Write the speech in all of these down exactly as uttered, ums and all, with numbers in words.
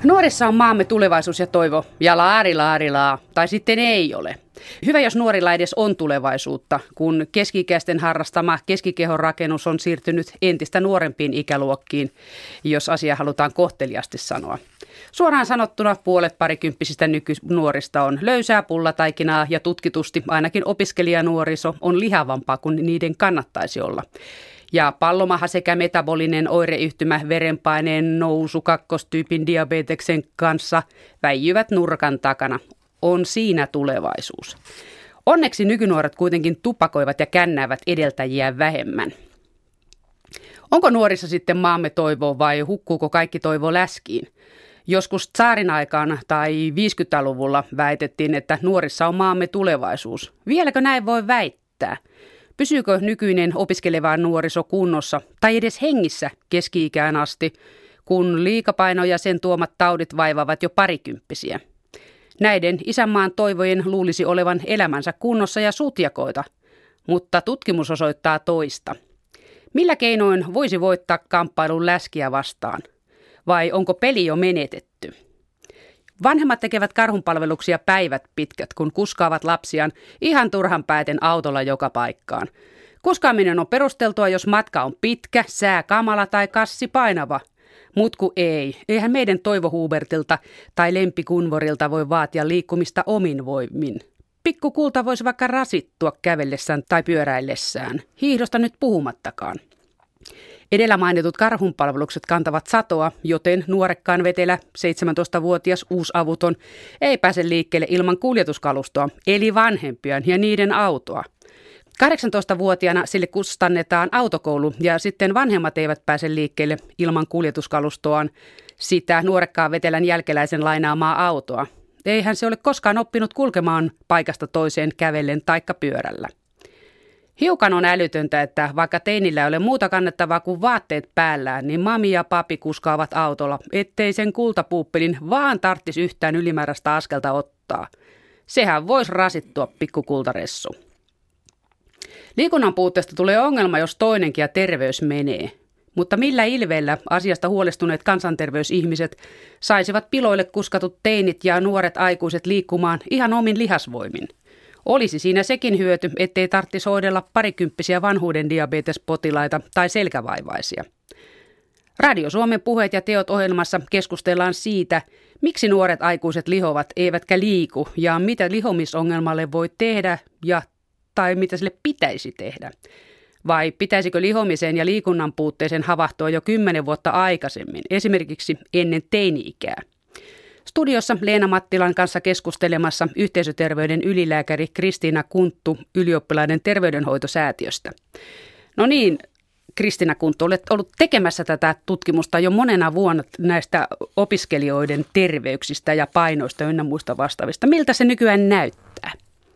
Nuorissa on maamme tulevaisuus ja toivo, ja laari laarilaa, tai sitten ei ole. Hyvä, jos nuorilla edes on tulevaisuutta, kun keski-ikäisten harrastama keskikehon rakennus on siirtynyt entistä nuorempiin ikäluokkiin, jos asia halutaan kohteliasti sanoa. Suoraan sanottuna puolet parikymppisistä nykynuorista on löysää pullataikinaa ja tutkitusti ainakin opiskelijanuoriso on lihavampaa kuin niiden kannattaisi olla. Ja pallomaha sekä metabolinen oireyhtymä verenpaineen nousu kakkostyypin diabeteksen kanssa väijyvät nurkan takana. On siinä tulevaisuus. Onneksi nykynuoret kuitenkin tupakoivat ja kännäävät edeltäjiään vähemmän. Onko nuorissa sitten maamme toivo vai hukkuuko kaikki toivo läskiin? Joskus tsaarin aikaan tai viisikymmentäluvulla väitettiin, että nuorissa on maamme tulevaisuus. Vieläkö näin voi väittää? Pysyykö nykyinen opiskeleva nuoriso kunnossa tai edes hengissä keski-ikään asti, kun liikapaino ja sen tuomat taudit vaivaavat jo parikymppisiä? Näiden isänmaan toivojen luulisi olevan elämänsä kunnossa ja sutjakoita, mutta tutkimus osoittaa toista. Millä keinoin voisi voittaa kamppailun läskiä vastaan? Vai onko peli jo menetetty? Vanhemmat tekevät karhunpalveluksia päivät pitkät, kun kuskaavat lapsiaan ihan turhan pääten autolla joka paikkaan. Kuskaaminen on perusteltua, jos matka on pitkä, sää kamala tai kassi painava. Mut ku ei. Eihän meidän Toivo Hubertilta tai Lempi Kunvorilta voi vaatia liikkumista omin voimin. Pikku kulta voisi vaikka rasittua kävellessään tai pyöräillessään. Hiihdosta nyt puhumattakaan. Edellä mainitut karhunpalvelukset kantavat satoa, joten nuorekkaan vetelä seitsemäntoistavuotias uusavuton ei pääse liikkeelle ilman kuljetuskalustoa, eli vanhempiaan ja niiden autoa. kahdeksantoistavuotiaana sille kustannetaan autokoulu ja sitten vanhemmat eivät pääse liikkeelle ilman kuljetuskalustoaan sitä nuorekkaan vetelän jälkeläisen lainaamaa autoa. Eihän se ole koskaan oppinut kulkemaan paikasta toiseen kävellen taikka pyörällä. Hiukan on älytöntä, että vaikka teinillä ei ole muuta kannettavaa kuin vaatteet päällään, niin mami ja papi kuskaavat autolla, ettei sen kultapuuppelin vaan tarttisi yhtään ylimääräistä askelta ottaa. Sehän voisi rasittua pikkukultaressu. Liikunnan puutteesta tulee ongelma, jos toinenkin ja terveys menee. Mutta millä ilveellä asiasta huolestuneet kansanterveysihmiset saisivat piloille kuskatut teinit ja nuoret aikuiset liikkumaan ihan omin lihasvoimin? Olisi siinä sekin hyöty, ettei tarvitsisi hoidella parikymppisiä vanhuuden diabetespotilaita tai selkävaivaisia. Radio Suomen puheet ja teot ohjelmassa keskustellaan siitä, miksi nuoret aikuiset lihovat eivätkä liiku ja mitä lihomisongelmalle voi tehdä ja tai mitä sille pitäisi tehdä. Vai pitäisikö lihomiseen ja liikunnan puutteeseen havahtua jo kymmenen vuotta aikaisemmin, esimerkiksi ennen teini-ikää? Studiossa Leena Mattilan kanssa keskustelemassa yhteisöterveyden ylilääkäri Kristiina Kunttu Ylioppilaiden terveydenhoitosäätiöstä. No niin, Kristiina Kunttu, olet ollut tekemässä tätä tutkimusta jo monena vuonna näistä opiskelijoiden terveyksistä ja painoista ynnä muista vastaavista. Miltä se nykyään näyttää?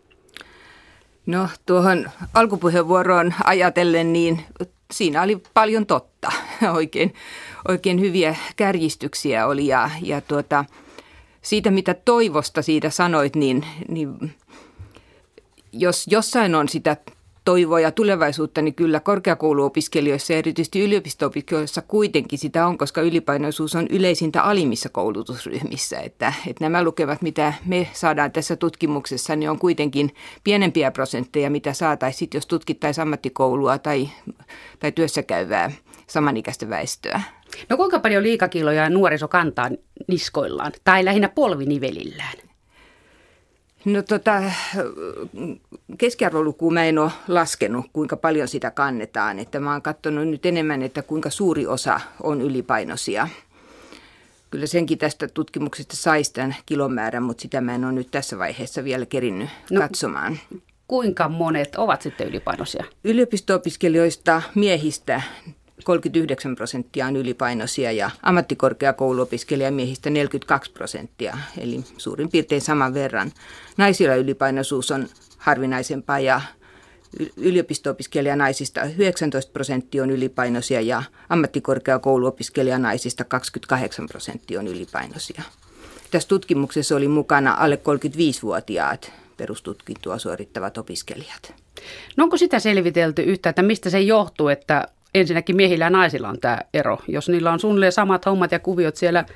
No tuohon alkupuheenvuoroon ajatellen, niin siinä oli paljon totta. Oikein, oikein hyviä kärjistyksiä oli ja, ja tuota, siitä mitä toivosta siitä sanoit, niin, niin jos jossain on sitä toivoa ja tulevaisuutta, niin kyllä korkeakouluopiskelijoissa ja erityisesti yliopisto-opiskelijoissa kuitenkin sitä on, koska ylipainoisuus on yleisintä alimmissa koulutusryhmissä. Että, että nämä lukevat, mitä me saadaan tässä tutkimuksessa, niin on kuitenkin pienempiä prosentteja, mitä saataisiin, jos tutkittaisiin ammattikoulua tai, tai työssäkäyvää samanikäistä väestöä. No kuinka paljon liikakiloja nuoriso kantaa niskoillaan tai lähinnä polvinivelillään? No tota, keskiarvolukua mä en ole laskenut, kuinka paljon sitä kannetaan. Että mä oon katsonut nyt enemmän, että kuinka suuri osa on ylipainoisia. Kyllä senkin tästä tutkimuksesta saisi tämän kilomäärän, mutta sitä mä en ole nyt tässä vaiheessa vielä kerinnyt no, katsomaan. Kuinka monet ovat sitten ylipainoisia? Yliopisto-opiskelijoista miehistä kolmekymmentäyhdeksän prosenttia on ylipainoisia ja ammattikorkeakouluopiskelijamiehistä neljäkymmentäkaksi prosenttia, eli suurin piirtein saman verran. Naisilla ylipainoisuus on harvinaisempaa ja yliopisto-opiskelijanaisista yhdeksäntoista prosenttia on ylipainoisia ja ammattikorkeakouluopiskelijanaisista kaksikymmentäkahdeksan prosenttia on ylipainoisia. Tässä tutkimuksessa oli mukana alle kolmekymmentäviisivuotiaat perustutkintoa suorittavat opiskelijat. No onko sitä selvitelty yhtä, että mistä se johtuu, että ensinnäkin miehillä ja naisilla on tämä ero? Jos niillä on suunnilleen samat hommat ja kuviot siellä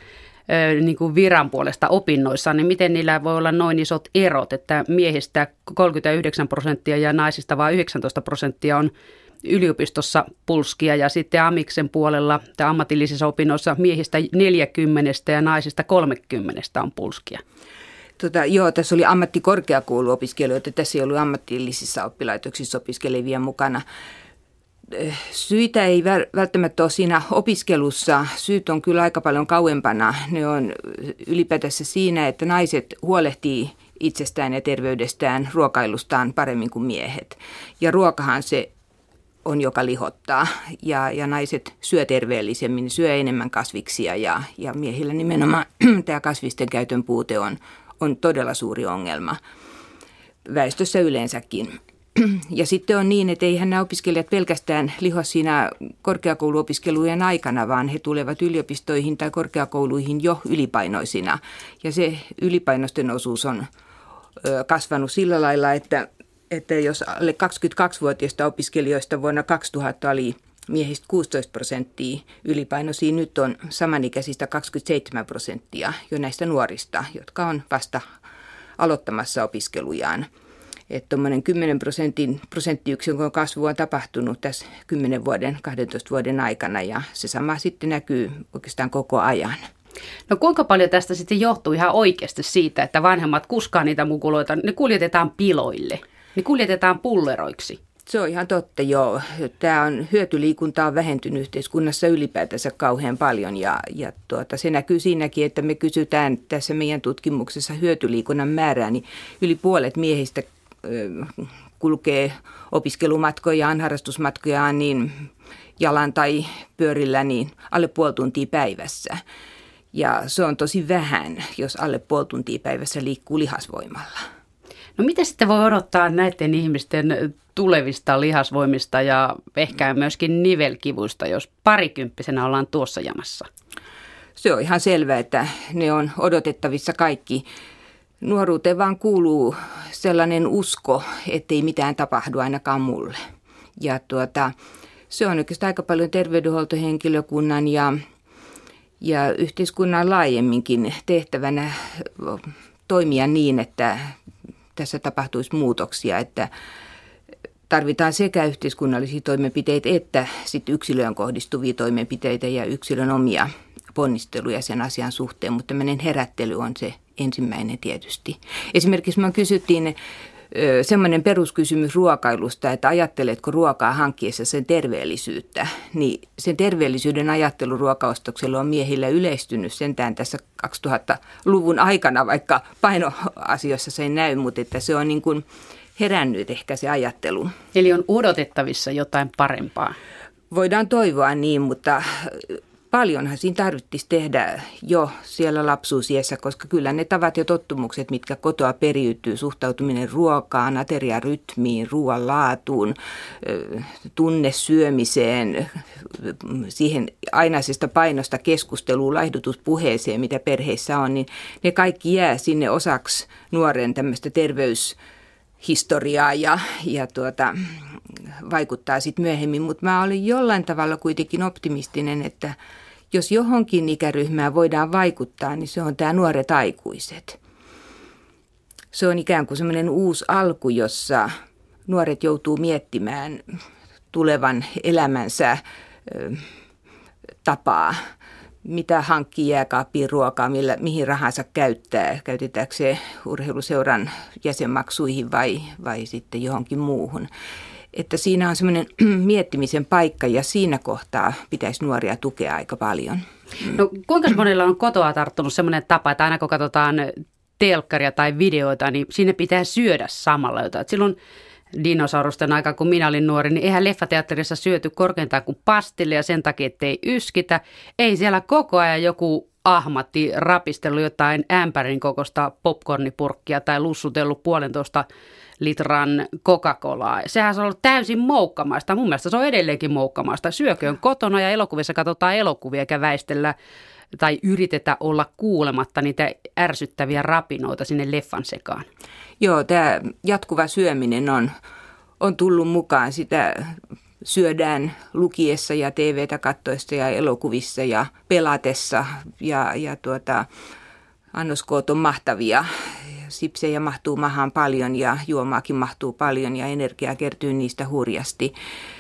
niin kuin viran puolesta opinnoissaan, niin miten niillä voi olla noin isot erot, että miehistä kolmekymmentäyhdeksän prosenttia ja naisista vain yhdeksäntoista prosenttia on yliopistossa pulskia ja sitten amiksen puolella tai ammatillisissa opinnoissa miehistä neljäkymmentä ja naisista kolmekymmentä on pulskia. Tota, joo, tässä oli ammattikorkeakouluopiskelijoita, tässä ei ollut ammatillisissa oppilaitoksissa opiskelevia mukana. Syitä ei välttämättä ole siinä opiskelussa. Syyt on kyllä aika paljon kauempana. Ne on ylipäätänsä siinä, että naiset huolehtii itsestään ja terveydestään, ruokailustaan paremmin kuin miehet. Ja ruokahan se on, joka lihottaa. Ja, ja naiset syö terveellisemmin, syö enemmän kasviksia ja, ja miehillä nimenomaan tämä kasvisten käytön puute on, on todella suuri ongelma väestössä yleensäkin. Ja sitten on niin, että eihän nämä opiskelijat pelkästään liho siinä korkeakouluopiskelujen aikana, vaan he tulevat yliopistoihin tai korkeakouluihin jo ylipainoisina. Ja se ylipainoisten osuus on kasvanut sillä lailla, että, että jos alle kaksikymmentäkaksivuotiaista opiskelijoista vuonna kaksituhatta oli miehistä kuusitoista prosenttia ylipainoisia, nyt on samanikäisistä kaksikymmentäseitsemän prosenttia jo näistä nuorista, jotka on vasta aloittamassa opiskelujaan. Että tuommoinen kymmenen prosentin prosenttiyksikön kasvu on tapahtunut tässä kymmenen vuoden, kahdentoista vuoden aikana ja se sama sitten näkyy oikeastaan koko ajan. No kuinka paljon tästä sitten johtuu ihan oikeasti siitä, että vanhemmat kuskaa niitä mukuloita, ne kuljetetaan piloille, ne kuljetetaan pulleroiksi? Se on ihan totta, joo. Tämä on, hyötyliikunta on vähentynyt yhteiskunnassa ylipäätänsä kauhean paljon ja, ja tuota, se näkyy siinäkin, että me kysytään tässä meidän tutkimuksessa hyötyliikunnan määrää, niin yli puolet miehistä kulkee opiskelumatkojaan, harrastusmatkojaan niin jalan tai pyörillä niin alle puoli tuntia päivässä. Ja se on tosi vähän, jos alle puoli tuntia päivässä liikkuu lihasvoimalla. No mitä sitten voi odottaa näiden ihmisten tulevista lihasvoimista ja ehkä myöskin nivelkivuista, jos parikymppisenä ollaan tuossa jamassa? Se on ihan selvää, että ne on odotettavissa kaikki. Nuoruuteen vaan kuuluu sellainen usko, ettei mitään tapahdu ainakaan mulle. Ja tuota, se on oikeastaan aika paljon terveydenhuoltohenkilökunnan ja, ja yhteiskunnan laajemminkin tehtävänä toimia niin, että tässä tapahtuisi muutoksia, että tarvitaan sekä yhteiskunnallisia toimenpiteitä että sit yksilöön kohdistuvia toimenpiteitä ja yksilön omia ponnisteluja sen asian suhteen, mutta tämmöinen herättely on se ensimmäinen tietysti. Esimerkiksi me kysyttiin semmoinen peruskysymys ruokailusta, että ajatteletko ruokaa hankkiessa sen terveellisyyttä, niin sen terveellisyyden ajattelu ruokaostoksella on miehillä yleistynyt sentään tässä kaksituhattaluvun aikana, vaikka painoasioissa se ei näy, mutta että se on niin kuin herännyt ehkä se ajattelu. Eli on odotettavissa jotain parempaa? Voidaan toivoa niin, mutta paljonhan siinä tarvitsisi tehdä jo siellä lapsuusiässä, koska kyllä ne tavat ja tottumukset, mitkä kotoa periytyy, suhtautuminen ruokaan, ateriarytmiin, ruoan laatuun, tunnesyömiseen, siihen ainaisesta painosta keskusteluun, laihdutuspuheeseen, mitä perheissä on, niin ne kaikki jää sinne osaksi nuoren tämmöistä terveyshistoriaa ja, ja tuota, vaikuttaa sitten myöhemmin. Mutta mä olin jollain tavalla kuitenkin optimistinen, että jos johonkin ikäryhmään voidaan vaikuttaa, niin se on tämä nuoret aikuiset. Se on ikään kuin semmoinen uusi alku, jossa nuoret joutuu miettimään tulevan elämänsä ö, tapaa. Mitä hankkii jääkaappiin ruokaa, millä, mihin rahansa käyttää. Käytetäänkö se urheiluseuran jäsenmaksuihin vai, vai sitten johonkin muuhun. Että siinä on semmoinen miettimisen paikka ja siinä kohtaa pitäisi nuoria tukea aika paljon. No kuinka monella on kotoa tarttunut semmoinen tapa, että aina kun katsotaan telkkaria tai videoita, niin sinne pitää syödä samalla jotain. Et silloin dinosaurusten aika, kun minä olin nuori, niin eihän leffateatterissa syöty korkeintaan kuin pastille ja sen takia, ettei yskitä. Ei siellä koko ajan joku ahmatti rapistellut jotain ämpärin kokoista popcornipurkkia tai lussutellut puolentoista litran Coca-Colaa. Sehän on ollut täysin moukkamaista. Mun mielestä se on edelleenkin moukkamaista. Syököön kotona ja elokuvissa katsotaan elokuvia eikä väistellä tai yritetä olla kuulematta niitä ärsyttäviä rapinoita sinne leffan sekaan. Joo, tämä jatkuva syöminen on, on tullut mukaan. Sitä syödään lukiessa ja T V:tä kattoessa ja elokuvissa ja pelatessa ja, ja tuota, annoskoot on mahtavia. Sipsejä mahtuu mahaan paljon ja juomaakin mahtuu paljon ja energiaa kertyy niistä hurjasti.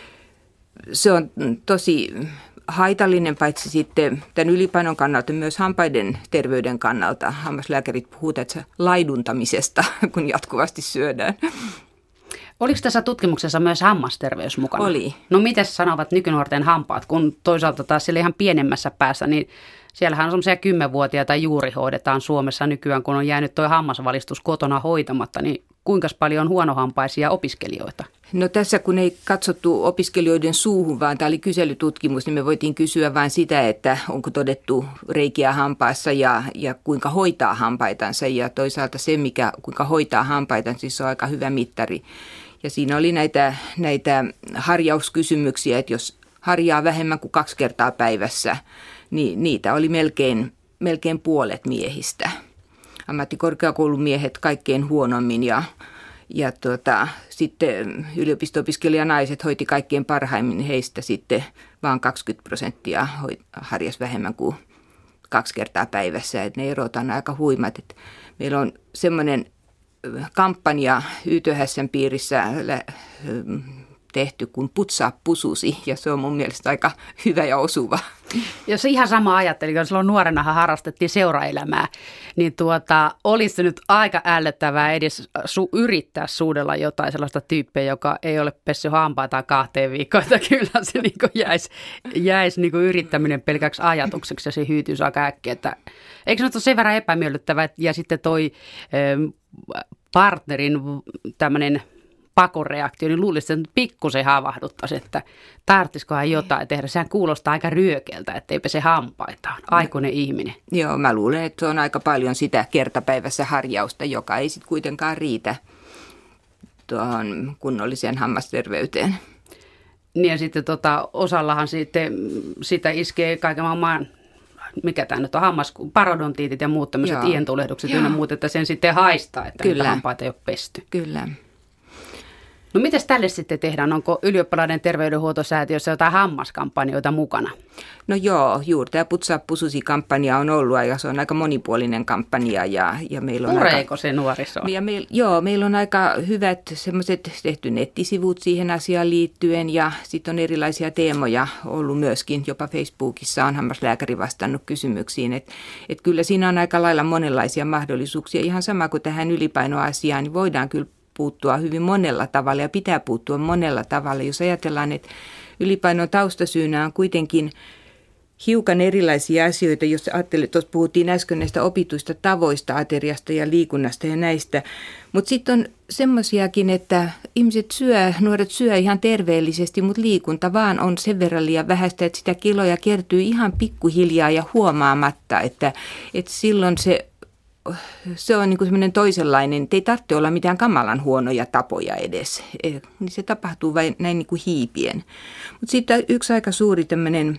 Se on tosi haitallinen paitsi sitten tämän ylipainon kannalta myös hampaiden terveyden kannalta. Hammaslääkärit puhuvat tästä laiduntamisesta, kun jatkuvasti syödään. Oliko tässä tutkimuksessa myös hammasterveys mukana? Oli. No miten sanovat nykynuorten hampaat, kun toisaalta taas siellä ihan pienemmässä päässä, niin siellähän on semmoisia kymmenvuotiaita juuri hoidetaan Suomessa nykyään, kun on jäänyt tuo hammasvalistus kotona hoitamatta, niin kuinka paljon on huonohampaisia opiskelijoita? No tässä kun ei katsottu opiskelijoiden suuhun, vaan tämä oli kyselytutkimus, niin me voitiin kysyä vain sitä, että onko todettu reikiä hampaassa ja, ja kuinka hoitaa hampaitansa. Ja toisaalta se, mikä, kuinka hoitaa hampaitansa, siis on aika hyvä mittari. Ja siinä oli näitä, näitä harjauskysymyksiä, että jos harjaa vähemmän kuin kaksi kertaa päivässä, niin niitä oli melkein, melkein puolet miehistä. Ammattikorkeakoulun miehet kaikkein huonommin ja, ja tuota, sitten yliopisto-opiskelijanaiset hoiti kaikkein parhaimmin, heistä sitten vaan kaksikymmentä prosenttia harjas vähemmän kuin kaksi kertaa päivässä. Et ne erot on aika huimat. Et meillä on semmoinen kampanja Y T H:n piirissä tehty kuin Putsaa pususi, ja se on mun mielestä aika hyvä ja osuva. Jos ihan sama ajattelin, kun silloin nuorenahan harrastettiin seuraelämää, niin tuota, olisi se nyt aika ällöttävää edes su- yrittää suudella jotain sellaista tyyppiä, joka ei ole pessy hampaataan kahteen viikkoon, että kyllä se niin jäisi, jäisi niin yrittäminen pelkäksi ajatukseksi ja se hyytyisi aika äkkiä. Että, eikö se nyt ole sen verran epämiellyttävää, ja sitten toi äh, partnerin tämmöinen pakoreaktio, niin luulisin, että pikkusen havahduttaisi, että tarvitsisikohan jotain tehdä. Sehän kuulostaa aika ryökeltä, ettei pese hampaitaan. Aikuinen no, ihminen. Joo, mä luulen, että on aika paljon sitä kertapäivässä harjausta, joka ei sitten kuitenkaan riitä tuohon kunnolliseen hammasterveyteen. Niin ja sitten tota, osallahan sitten sitä iskee kaiken maailman, mikä tämä nyt on, hammas, parodontiitit ja muut tämmöiset ientulehdukset ynnä muut, että sen sitten haistaa, että Kyllä. niitä hampaita ei ole pesty. Kyllä. No mites tälle sitten tehdään? Onko Ylioppilaiden terveydenhuoltosäätiössä jotain hammaskampanjoita mukana? No joo, juuri tämä Putsaa pususi-kampanja on ollut ja se on aika monipuolinen kampanja. Ja, ja meillä on Pureeko aika, se nuoriso? Ja meil, joo, meillä on aika hyvät semmoiset tehty nettisivut siihen asiaan liittyen ja sitten on erilaisia teemoja ollut myöskin. Jopa Facebookissa on hammaslääkäri vastannut kysymyksiin. Että et kyllä siinä on aika lailla monenlaisia mahdollisuuksia. Ihan sama kuin tähän ylipainoasiaan, niin voidaan kyllä puuttua hyvin monella tavalla ja pitää puuttua monella tavalla. Jos ajatellaan, että ylipainon taustasyynä on kuitenkin hiukan erilaisia asioita, jos ajattelet, tuossa puhuttiin äsken näistä opituista tavoista, ateriasta ja liikunnasta ja näistä, mutta sitten on semmoisiakin, että ihmiset syö, nuoret syö ihan terveellisesti, mutta liikunta vaan on sen verran liian vähäistä, että sitä kiloja kertyy ihan pikkuhiljaa ja huomaamatta, että, että silloin se Se on niin kuin semmoinen toisenlainen, ei tarvitse olla mitään kamalan huonoja tapoja edes, niin se tapahtuu vain näin niin kuin hiipien. Mutta sitten yksi aika suuri tämmöinen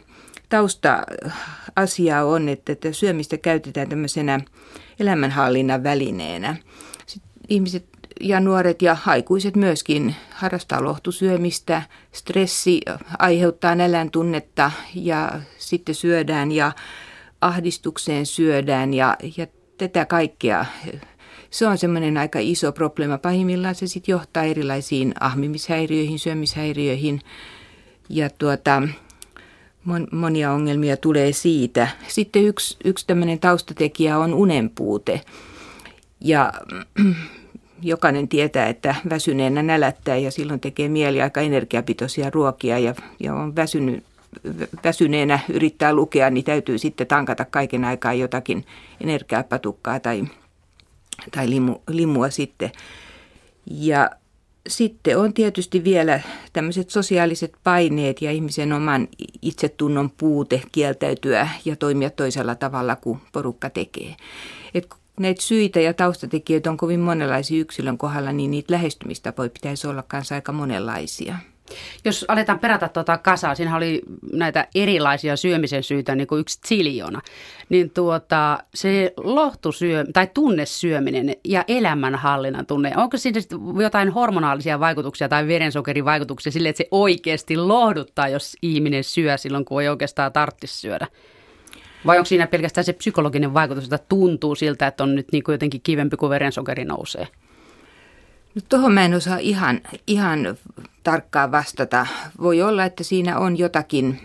tausta-asia on, että syömistä käytetään tämmöisenä elämänhallinnan välineenä. Sitten ihmiset ja nuoret ja aikuiset myöskin harrastaa lohtusyömistä, stressi aiheuttaa nälän tunnetta ja sitten syödään ja ahdistukseen syödään ja, ja tätä kaikkea. Se on semmoinen aika iso probleema. Pahimmillaan se sitten johtaa erilaisiin ahmimishäiriöihin, syömishäiriöihin ja tuota, mon, monia ongelmia tulee siitä. Sitten yksi, yksi tämmöinen taustatekijä on unenpuute ja jokainen tietää, että väsyneenä nälättää ja silloin tekee mieli aika energiapitoisia ruokia ja, ja on väsynyt. väsyneenä yrittää lukea, niin täytyy sitten tankata kaiken aikaa jotakin energiapatukkaa tai, tai limu, limua sitten. Ja sitten on tietysti vielä tämmöiset sosiaaliset paineet ja ihmisen oman itsetunnon puute kieltäytyä ja toimia toisella tavalla kuin porukka tekee. Et näitä syitä ja taustatekijöitä on kovin monenlaisia yksilön kohdalla, niin niitä lähestymistapoja pitäisi olla kanssa aika monenlaisia. Jos aletaan perata tuota kasaa, siinä oli näitä erilaisia syömisen syitä, niin kuin yksi ziljoona, niin tuota, se lohtusyö, tai tunnesyöminen ja elämänhallinnan tunne, onko siinä jotain hormonaalisia vaikutuksia tai verensokerin vaikutuksia sille, että se oikeasti lohduttaa, jos ihminen syö silloin, kun ei oikeastaan tarvitsisi syödä? Vai onko siinä pelkästään se psykologinen vaikutus, että tuntuu siltä, että on nyt niin kuin jotenkin kivempi, kun verensokeri nousee? No tuohon mä en osaa ihan, ihan tarkkaan vastata. Voi olla, että siinä on jotakin,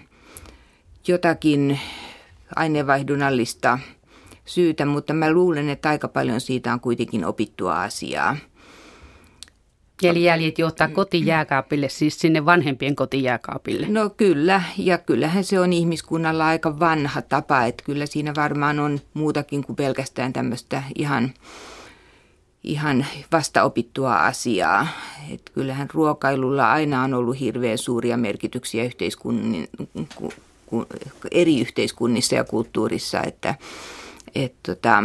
jotakin aineenvaihdunnallista syytä, mutta mä luulen, että aika paljon siitä on kuitenkin opittua asiaa. Eli jäljet johtaa kotijääkaapille, siis sinne vanhempien kotijääkaapille. No kyllä, ja kyllähän se on ihmiskunnalla aika vanha tapa, että kyllä siinä varmaan on muutakin kuin pelkästään tämmöistä ihan, ihan vasta opittua asiaa. Että kyllähän ruokailulla aina on ollut hirveän suuria merkityksiä yhteiskunnin, ku, ku, eri yhteiskunnissa ja kulttuurissa, että et tota...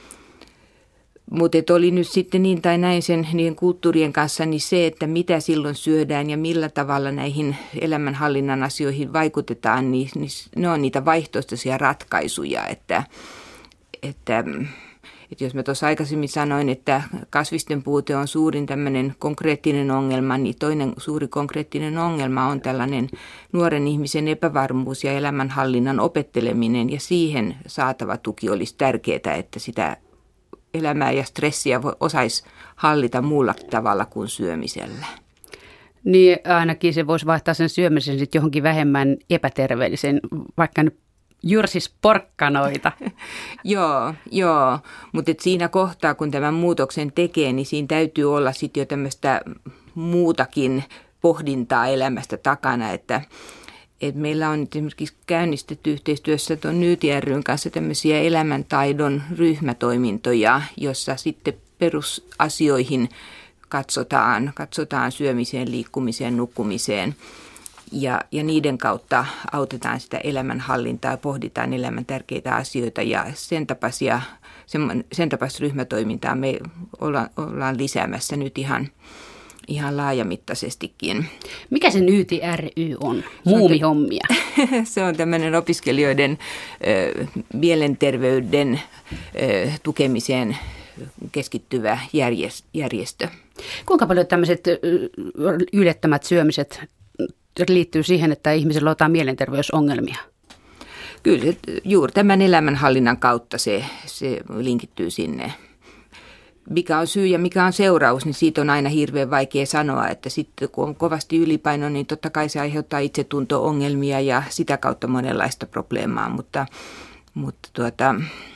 Mutta oli nyt sitten niin tai näin sen niiden kulttuurien kanssa, niin se, että mitä silloin syödään ja millä tavalla näihin elämänhallinnan asioihin vaikutetaan, niin, niin ne on niitä vaihtoehtoisia ratkaisuja. Että, että, että jos mä tuossa aikaisemmin sanoin, että kasvisten puute on suurin tämmöinen konkreettinen ongelma, niin toinen suuri konkreettinen ongelma on tällainen nuoren ihmisen epävarmuus ja elämänhallinnan opetteleminen, ja siihen saatava tuki olisi tärkeää, että sitä elämää ja stressiä osaisi hallita muulla tavalla kuin syömisellä. Niin ainakin se voisi vaihtaa sen syömisen sitten johonkin vähemmän epäterveellisen, vaikka nyt jyrsis porkkanoita. Joo, joo. Mutta siinä kohtaa, kun tämän muutoksen tekee, niin siinä täytyy olla sitten jo tämmöistä muutakin pohdintaa elämästä takana, että Et meillä on esimerkiksi käynnistetty yhteistyössä tuon N Y T ry:n kanssa tämmöisiä elämäntaidon ryhmätoimintoja, jossa sitten perusasioihin katsotaan, katsotaan syömiseen, liikkumiseen, nukkumiseen ja, ja niiden kautta autetaan sitä elämänhallintaa ja pohditaan elämän tärkeitä asioita ja sen tapaisia, sen, sen tapaista ryhmätoimintaa me olla, ollaan lisäämässä nyt ihan Ihan laajamittaisestikin. Mikä se N Y T ry on? Muumihommia. Se on tämmöinen opiskelijoiden ö, mielenterveyden ö, tukemiseen keskittyvä järjestö. Kuinka paljon tämmöiset ylettömät syömiset liittyy siihen, että ihmisillä on jotain mielenterveysongelmia? Kyllä, juuri tämän elämänhallinnan kautta se, se linkittyy sinne. Mikä on syy ja mikä on seuraus, niin siitä on aina hirveän vaikea sanoa, että sitten kun on kovasti ylipaino, niin totta kai se aiheuttaa itsetunto-ongelmia ja sitä kautta monenlaista probleemaa, mutta, mutta, tuota,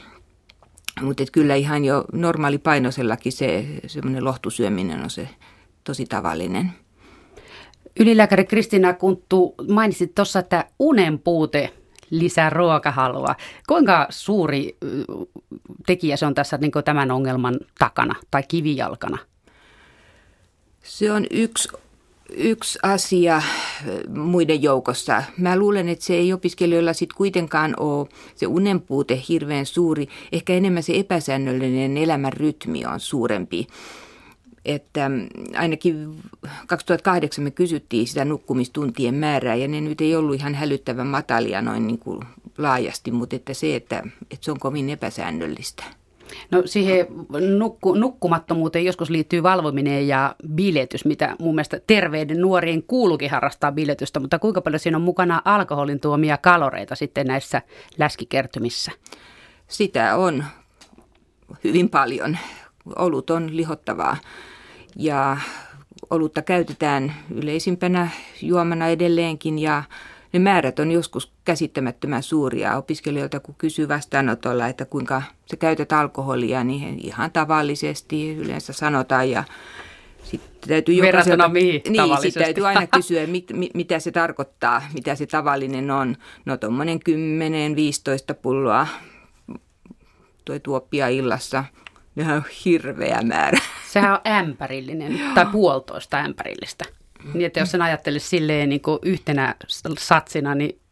mutta et kyllä ihan jo normaalipainoisellakin se semmoinen lohtusyöminen on se tosi tavallinen. Ylilääkäri Kristiina Kunttu, mainitsit tuossa, että unen puute lisää ruokahalua. Kuinka suuri tekijä se on tässä niin kuin tämän ongelman takana tai kivijalkana? Se on yksi, yksi asia muiden joukossa. Mä luulen, että se ei opiskelijoilla sitten kuitenkaan ole se unen puute hirveän suuri. Ehkä enemmän se epäsäännöllinen elämän rytmi on suurempi. Että ainakin kaksituhattakahdeksan me kysyttiin sitä nukkumistuntien määrää ja ne nyt ei ollut ihan hälyttävän matalia noin niin kuin laajasti, mutta että se, että, että se on kovin epäsäännöllistä. No siihen nukku, nukkumattomuuteen joskus liittyy valvominen ja biletys, mitä mun mielestä terveiden nuorien kuuluukin harrastaa biletystä, mutta kuinka paljon siinä on mukana alkoholin tuomia kaloreita sitten näissä läskikertymissä? Sitä on hyvin paljon. Olut on lihottavaa ja olutta käytetään yleisimpänä juomana edelleenkin ja ne määrät on joskus käsittämättömän suuria. Opiskelijoilta kun kysyy vastaanotolla, että kuinka sä käytät alkoholia, niin ihan tavallisesti yleensä sanotaan ja sitten täytyy verrattuna mihin niin, tavallisesti? Sitten täytyy aina kysyä, mit, mit, mitä se tarkoittaa, mitä se tavallinen on. No tuommoinen kymmenen viisitoista pulloa toi tuoppia illassa. Nehän on hirveä määrä. Sehän on ämpärillinen tai puolitoista ämpärillistä. Niin, että jos sen ajattelisi silleen niin kuin yhtenä satsina, niin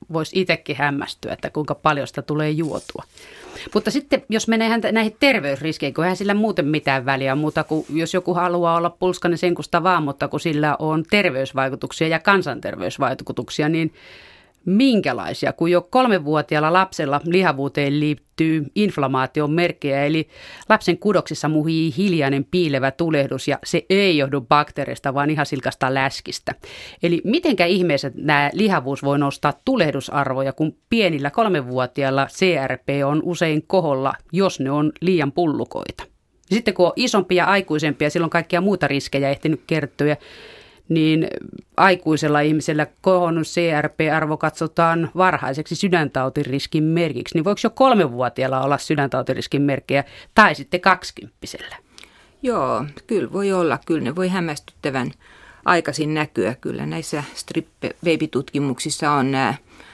voisi itsekin hämmästyä, että kuinka paljon sitä tulee juotua. Mutta sitten jos menee näihin terveysriskeihin, kun eihän sillä muuten mitään väliä muuta kuin jos joku haluaa olla pulskainen senkusta vaan, mutta kun sillä on terveysvaikutuksia ja kansanterveysvaikutuksia, niin minkälaisia? Kun jo kolmevuotiaalla lapsella lihavuuteen liittyy inflamaation merkkejä, eli lapsen kudoksissa muhii hiljainen piilevä tulehdus ja se ei johdu bakteereista, vaan ihan silkasta läskistä. Eli mitenkä ihmeessä nämä lihavuus voi nostaa tulehdusarvoja, kun pienillä kolmevuotiailla C R P on usein koholla, jos ne on liian pullukoita. Sitten kun on isompia ja aikuisempia, silloin kaikkia muuta riskejä ehtinyt kertyä, niin aikuisella ihmisellä kohonnut C R P-arvo katsotaan varhaiseksi sydäntautiriskin merkiksi. Niin voiko jo kolmevuotiaalla olla sydäntautiriskin merkkejä tai sitten kaksikymppisellä? Joo, kyllä voi olla. Kyllä ne voi hämmästyttävän aikaisin näkyä. Kyllä näissä strip-baby-tutkimuksissa on nämä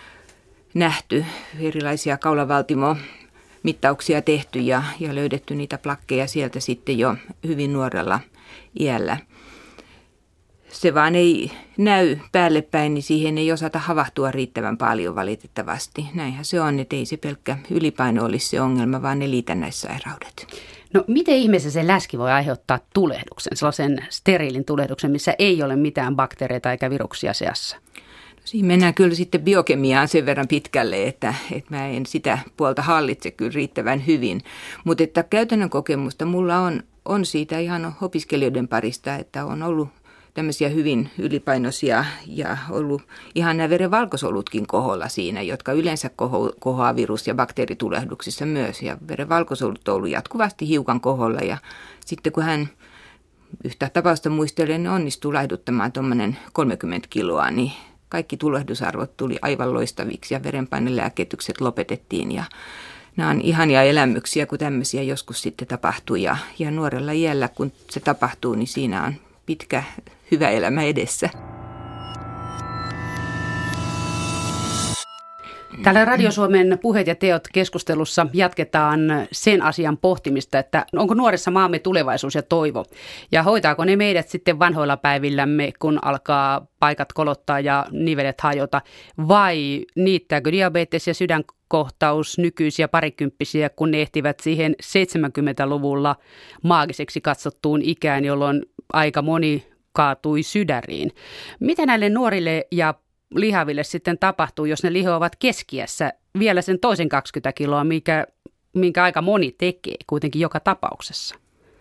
nähty erilaisia kaulavaltimomittauksia tehty ja, ja löydetty niitä plakkeja sieltä sitten jo hyvin nuorella iällä. Se vaan ei näy päälle päin, niin siihen ei osata havahtua riittävän paljon valitettavasti. Näinhän se on, että ei se pelkkä ylipaino olisi se ongelma, vaan ne liitännäissairaudet. No miten ihmeessä se läski voi aiheuttaa tulehduksen, sellaisen steriilin tulehduksen, missä ei ole mitään bakteereita eikä viruksia seassa? No, siinä mennään kyllä sitten biokemiaan sen verran pitkälle, että, että mä en sitä puolta hallitse kyllä riittävän hyvin. Mutta että käytännön kokemusta mulla on, on siitä ihan opiskelijoiden parista, että on ollut tämmöisiä hyvin ylipainoisia ja ollut ihan nämä verenvalkosolutkin koholla siinä, jotka yleensä koho, kohoaa virus- ja bakteeritulehduksissa myös. Ja verenvalkosolut on ollut jatkuvasti hiukan koholla ja sitten kun hän yhtä tapausta muistelee, niin onnistuu laihduttamaan tuommoinen kolmekymmentä kiloa, niin kaikki tulehdusarvot tuli aivan loistaviksi ja verenpainelääkitykset lopetettiin ja nämä on ihania elämyksiä, kun tämmöisiä joskus sitten tapahtuu ja, ja nuorella iällä, kun se tapahtuu, niin siinä on pitkä, hyvä elämä edessä. Täällä Radio Suomen Puheet ja teot -keskustelussa jatketaan sen asian pohtimista, että onko nuoressa maamme tulevaisuus ja toivo. Ja hoitaako ne meidät sitten vanhoilla päivillämme, kun alkaa paikat kolottaa ja nivelet hajota, vai niittääkö diabetes ja sydänkohtaus nykyisiä parikymppisiä, kun ne ehtivät siihen seitsemänkymmentäluvulla maagiseksi katsottuun ikään, jolloin aika moni kaatui sydäriin. Mitä näille nuorille ja lihaville sitten tapahtuu, jos ne lihoavat keskiässä vielä sen toisen kaksikymmentä kiloa, mikä, minkä aika moni tekee kuitenkin joka tapauksessa?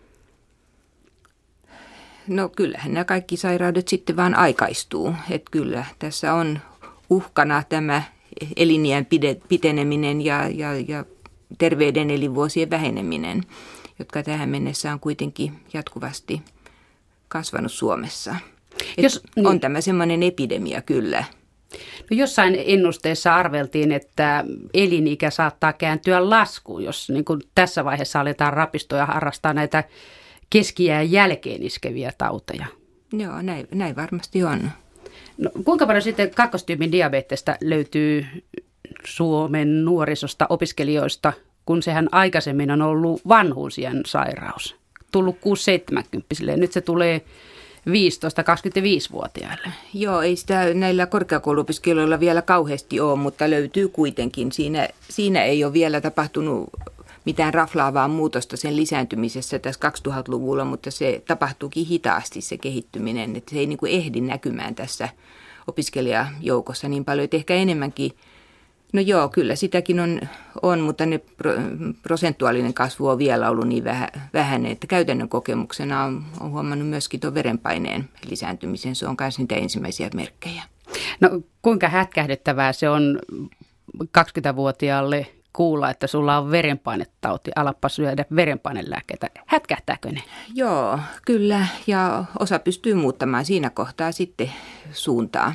No kyllähän nämä kaikki sairaudet sitten vaan aikaistuu. Että kyllä tässä on uhkana tämä eliniän piteneminen ja, ja, ja terveiden elinvuosien väheneminen, jotka tähän mennessä on kuitenkin jatkuvasti kasvanut Suomessa. Jos, niin, on tämä semmoinen epidemia kyllä. No jossain ennusteessa arveltiin, että elinikä saattaa kääntyä laskuun, jos niin kuin tässä vaiheessa aletaan rapistua ja harrastaa näitä keski-iän jälkeen iskeviä tauteja. Joo, näin, näin varmasti on. No, kuinka paljon sitten kakkostyypin diabetesta löytyy Suomen nuorisosta, opiskelijoista, kun sehän aikaisemmin on ollut vanhuusien sairaus? Tullut kuusi seitsemänkymmentä, nyt se tulee viisitoista kaksikymmentäviisi-vuotiaille. Joo, ei sitä näillä korkeakouluopiskelijoilla vielä kauheasti ole, mutta löytyy kuitenkin. Siinä, siinä ei ole vielä tapahtunut mitään raflaavaa muutosta sen lisääntymisessä tässä kaksituhattaluvulla, mutta se tapahtuukin hitaasti se kehittyminen, että se ei niin kuin ehdi näkymään tässä opiskelijajoukossa niin paljon, että ehkä enemmänkin. No joo, kyllä sitäkin on, on mutta ne pro, prosentuaalinen kasvu on vielä ollut niin vähä, vähäinen, että käytännön kokemuksena on, on huomannut myöskin tuon verenpaineen lisääntymisen. Se on myös niitä ensimmäisiä merkkejä. No kuinka hätkähdyttävää se on kaksikymmentävuotiaalle kuulla, että sulla on verenpainetauti, alappa syödä verenpainelääkkeitä. Hätkähtääkö ne? Joo, kyllä. Ja osa pystyy muuttamaan siinä kohtaa sitten suuntaa.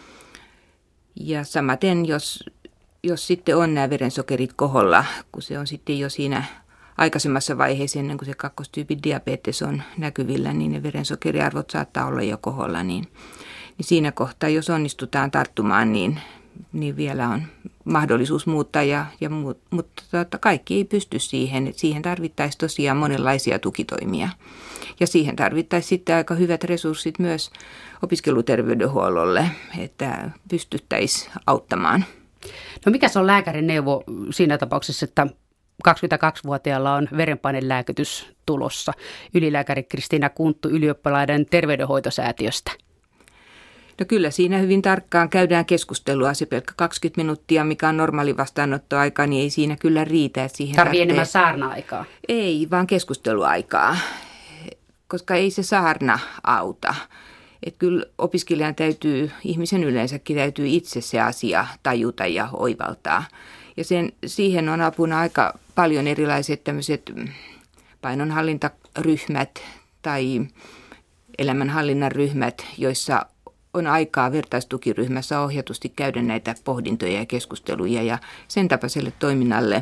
Ja samaten, jos... Jos sitten on nämä verensokerit koholla, kun se on sitten jo siinä aikaisemmassa vaiheessa, ennen kuin se kakkostyypin diabetes on näkyvillä, niin ne verensokeriarvot saattaa olla jo koholla. Niin, niin siinä kohtaa, jos onnistutaan tarttumaan, niin, niin vielä on mahdollisuus muuttaa, ja, ja muut, mutta tota, kaikki ei pysty siihen. Et siihen tarvittaisiin tosiaan monenlaisia tukitoimia. Ja siihen tarvittaisiin sitten aika hyvät resurssit myös opiskeluterveydenhuollolle, että pystyttäisiin auttamaan. No mikä se on lääkärin neuvo siinä tapauksessa, että kaksikymmentäkaksivuotiaalla on verenpainelääkitys tulossa? Ylilääkäri Kristiina Kunttu Ylioppilaiden terveydenhoitosäätiöstä. No kyllä siinä hyvin tarkkaan käydään keskustelua. Se pelkkä kaksikymmentä minuuttia, mikä on normaali vastaanottoaika, niin ei siinä kyllä riitä. Että siihen tarvii enemmän saarna-aikaa? Ei, vaan keskusteluaikaa, koska ei se saarna auta. Että kyllä opiskelijan täytyy, ihmisen yleensäkin täytyy itse se asia tajuta ja oivaltaa. Ja sen, siihen on apuna aika paljon erilaiset tämmöiset painonhallintaryhmät tai elämänhallinnan ryhmät, joissa on aikaa vertaistukiryhmässä ohjatusti käydä näitä pohdintoja ja keskusteluja. Ja sen tapaiselle toiminnalle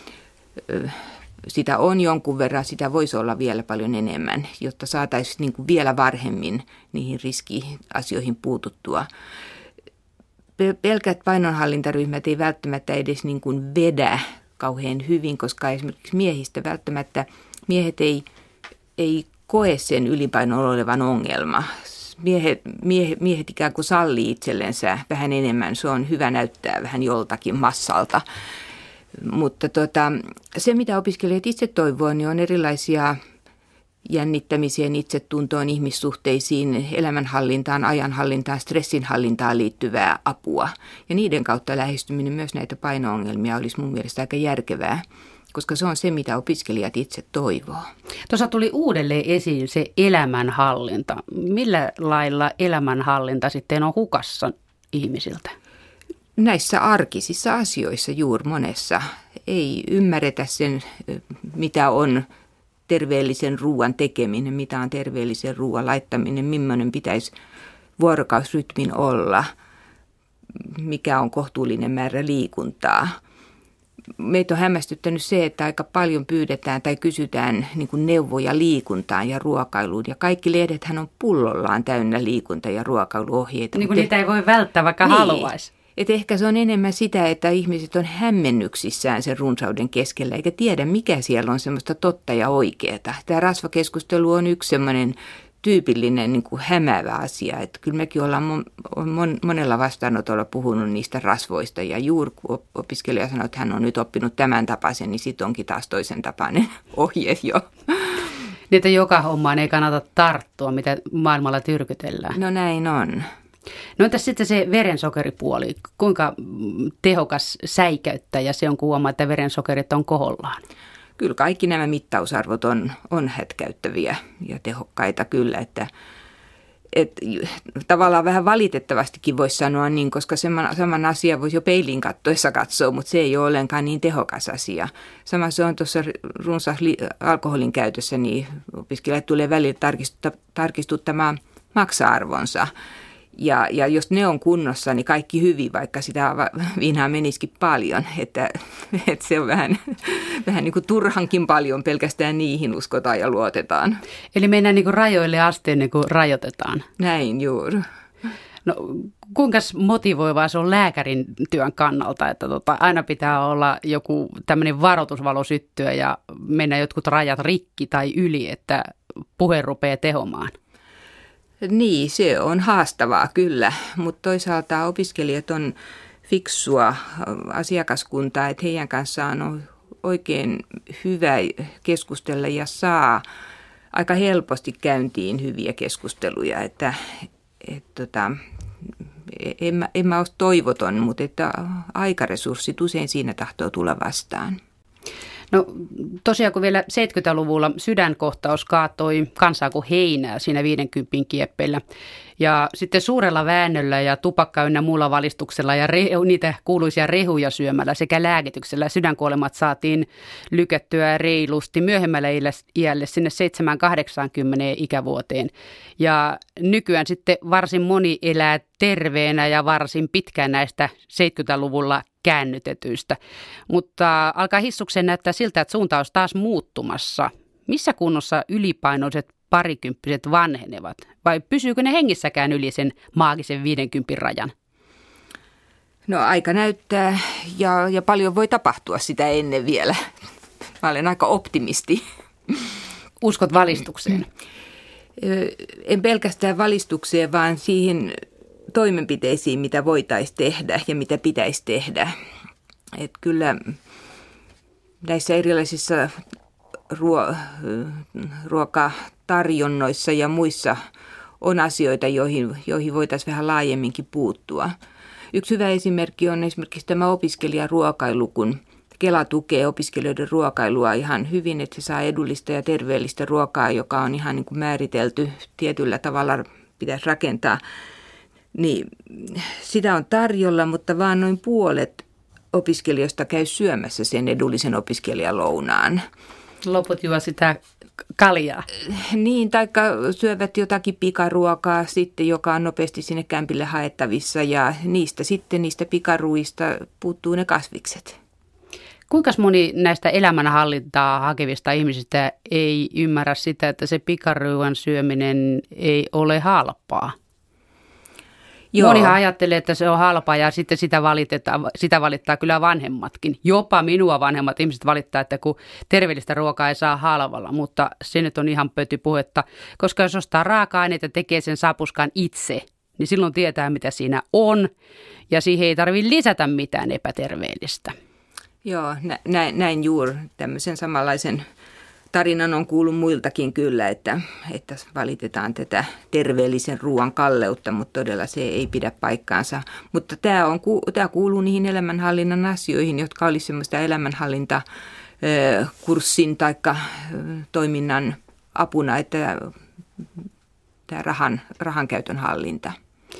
sitä on jonkun verran, sitä voisi olla vielä paljon enemmän, jotta saataisiin niin kuin vielä varhemmin niihin riskiasioihin puututtua. Pelkät painonhallintaryhmät ei välttämättä edes niin kuin vedä kauhean hyvin, koska esimerkiksi miehistä välttämättä miehet ei, ei koe sen ylipainon olevan ongelma. Miehet, miehet, miehet ikään kuin sallii itsellensä vähän enemmän, se on hyvä näyttää vähän joltakin massalta. Mutta tota, se, mitä opiskelijat itse toivoo, niin on erilaisia jännittämiseen, itsetuntoon, ihmissuhteisiin, elämänhallintaan, ajanhallintaan, stressinhallintaan liittyvää apua. Ja niiden kautta lähestyminen myös näitä paino-ongelmia olisi mun mielestä aika järkevää, koska se on se, mitä opiskelijat itse toivoo. Tuossa tuli uudelleen esiin se elämänhallinta. Millä lailla elämänhallinta sitten on hukassa ihmisiltä? Näissä arkisissa asioissa juuri monessa ei ymmärretä sen, mitä on terveellisen ruoan tekeminen, mitä on terveellisen ruoan laittaminen, millainen pitäisi vuorokausrytmin olla, mikä on kohtuullinen määrä liikuntaa. Meitä on hämmästyttänyt se, että aika paljon pyydetään tai kysytään niin kuin neuvoja liikuntaan ja ruokailuun. Ja kaikki lehdethän on pullollaan täynnä liikunta- ja ruokailuohjeita. Niin kuin niitä ei voi välttää, vaikka niin haluaisi. Et ehkä se on enemmän sitä, että ihmiset on hämmennyksissään sen runsauden keskellä, eikä tiedä, mikä siellä on semmoista totta ja oikeaa. Tämä rasvakeskustelu on yksi semmoinen tyypillinen niin kuin hämäävä asia. Että kyllä mekin ollaan mon, mon, monella vastaanotolla puhunut niistä rasvoista, ja juuri kun opiskelija sanoo, että hän on nyt oppinut tämän tapaisen, niin sitten onkin taas toisen tapainen ohje jo. Niin, että joka hommaan ei kannata tarttua, mitä maailmalla tyrkytellään. No näin on. No entäs sitten se verensokeripuoli? Kuinka tehokas säikäyttäjä se on, kun huomaa, että verensokerit on kohollaan? Kyllä kaikki nämä mittausarvot on, on hätkäyttäviä ja tehokkaita kyllä, että et, tavallaan vähän valitettavastikin voisi sanoa niin, koska saman, saman asian voisi jo peiliin kattoessa katsoa, mutta se ei ole ollenkaan niin tehokas asia. Sama se on tuossa runsas alkoholin käytössä, niin opiskelijat tulee välillä tarkistuttamaan maksa-arvonsa. Ja, ja jos ne on kunnossa, niin kaikki hyvin, vaikka sitä viinaa menisikin paljon, että, että se on vähän, vähän niin kuin turhankin paljon, pelkästään niihin uskotaan ja luotetaan. Eli mennään niin kuin rajoille asti ennen kuin rajoitetaan. Näin juuri. No kuinka motivoivaa se on lääkärin työn kannalta, että tota, aina pitää olla joku tämmöinen varoitusvalo syttyä ja mennä jotkut rajat rikki tai yli, että puhe rupeaa tehomaan? Niin, se on haastavaa kyllä, mutta toisaalta opiskelijat on fiksua asiakaskuntaa, että heidän kanssaan on oikein hyvä keskustella ja saa aika helposti käyntiin hyviä keskusteluja, että et, tota, en, mä, en mä ole toivoton, mutta että aikaresurssit usein siinä tahtoo tulla vastaan. No tosiaan kun vielä seitsemänkymmentäluvulla sydänkohtaus kaatoi kansaa kuin heinää siinä viidenkympin kieppeillä. Ja sitten suurella väännöllä ja tupakka ynnä muulla valistuksella ja rehu, niitä kuuluisia rehuja syömällä sekä lääkityksellä sydänkuolemat saatiin lykättyä reilusti myöhemmällä iälle sinne seitsemän kahdeksankymmentä ikävuoteen. Ja nykyään sitten varsin moni elää terveenä ja varsin pitkään näistä seitsemänkymmentäluvulla käännytetyistä. Mutta alkaa hissukseen näyttää siltä, että suunta olisi taas muuttumassa. Missä kunnossa ylipainoiset parikymppiset vanhenevat? Vai pysyykö ne hengissäkään yli sen maagisen viidenkympin rajan? No aika näyttää ja, ja paljon voi tapahtua sitä ennen vielä. Mä olen aika optimisti. Uskot valistukseen? En pelkästään valistukseen, vaan siihen toimenpiteisiin, mitä voitaisiin tehdä ja mitä pitäisi tehdä. että kyllä näissä erilaisissa ruo- ruokatarjonnoissa ja muissa on asioita, joihin, joihin voitaisiin vähän laajemminkin puuttua. Yksi hyvä esimerkki on esimerkiksi tämä opiskelijaruokailu, kun Kela tukee opiskelijoiden ruokailua ihan hyvin, että se saa edullista ja terveellistä ruokaa, joka on ihan niin kuin määritelty tietyllä tavalla, pitäisi rakentaa. Niin sitä on tarjolla, mutta vaan noin puolet opiskelijoista käy syömässä sen edullisen opiskelijalounaan. Loput juo sitä kaljaa. Niin, taikka syövät jotakin pikaruokaa sitten, joka on nopeasti sinne kämpille haettavissa ja niistä sitten, niistä pikaruista puuttuu ne kasvikset. Kuinka moni näistä elämänhallintaa hakevista ihmisistä ei ymmärrä sitä, että se pikaruoan syöminen ei ole halpaa? Joo. Monihan ajattelee, että se on halpaa ja sitten sitä, valitetaan, sitä valittaa kyllä vanhemmatkin. Jopa minua vanhemmat ihmiset valittaa, että kun terveellistä ruokaa ei saa halvalla, mutta se nyt on ihan pötypuhetta. Koska jos ostaa raaka-aineita ja tekee sen sapuskan itse, niin silloin tietää mitä siinä on ja siihen ei tarvitse lisätä mitään epäterveellistä. Joo, näin, näin juuri tämmöisen samanlaisen tarinan on kuullut muiltakin kyllä, että, että valitetaan tätä terveellisen ruoan kalleutta, mutta todella se ei pidä paikkaansa. Mutta tämä, on, tämä kuuluu niihin elämänhallinnan asioihin, jotka olisi semmoista elämänhallintakurssin tai toiminnan apuna, että tämä rahan, rahan käytön hallinta.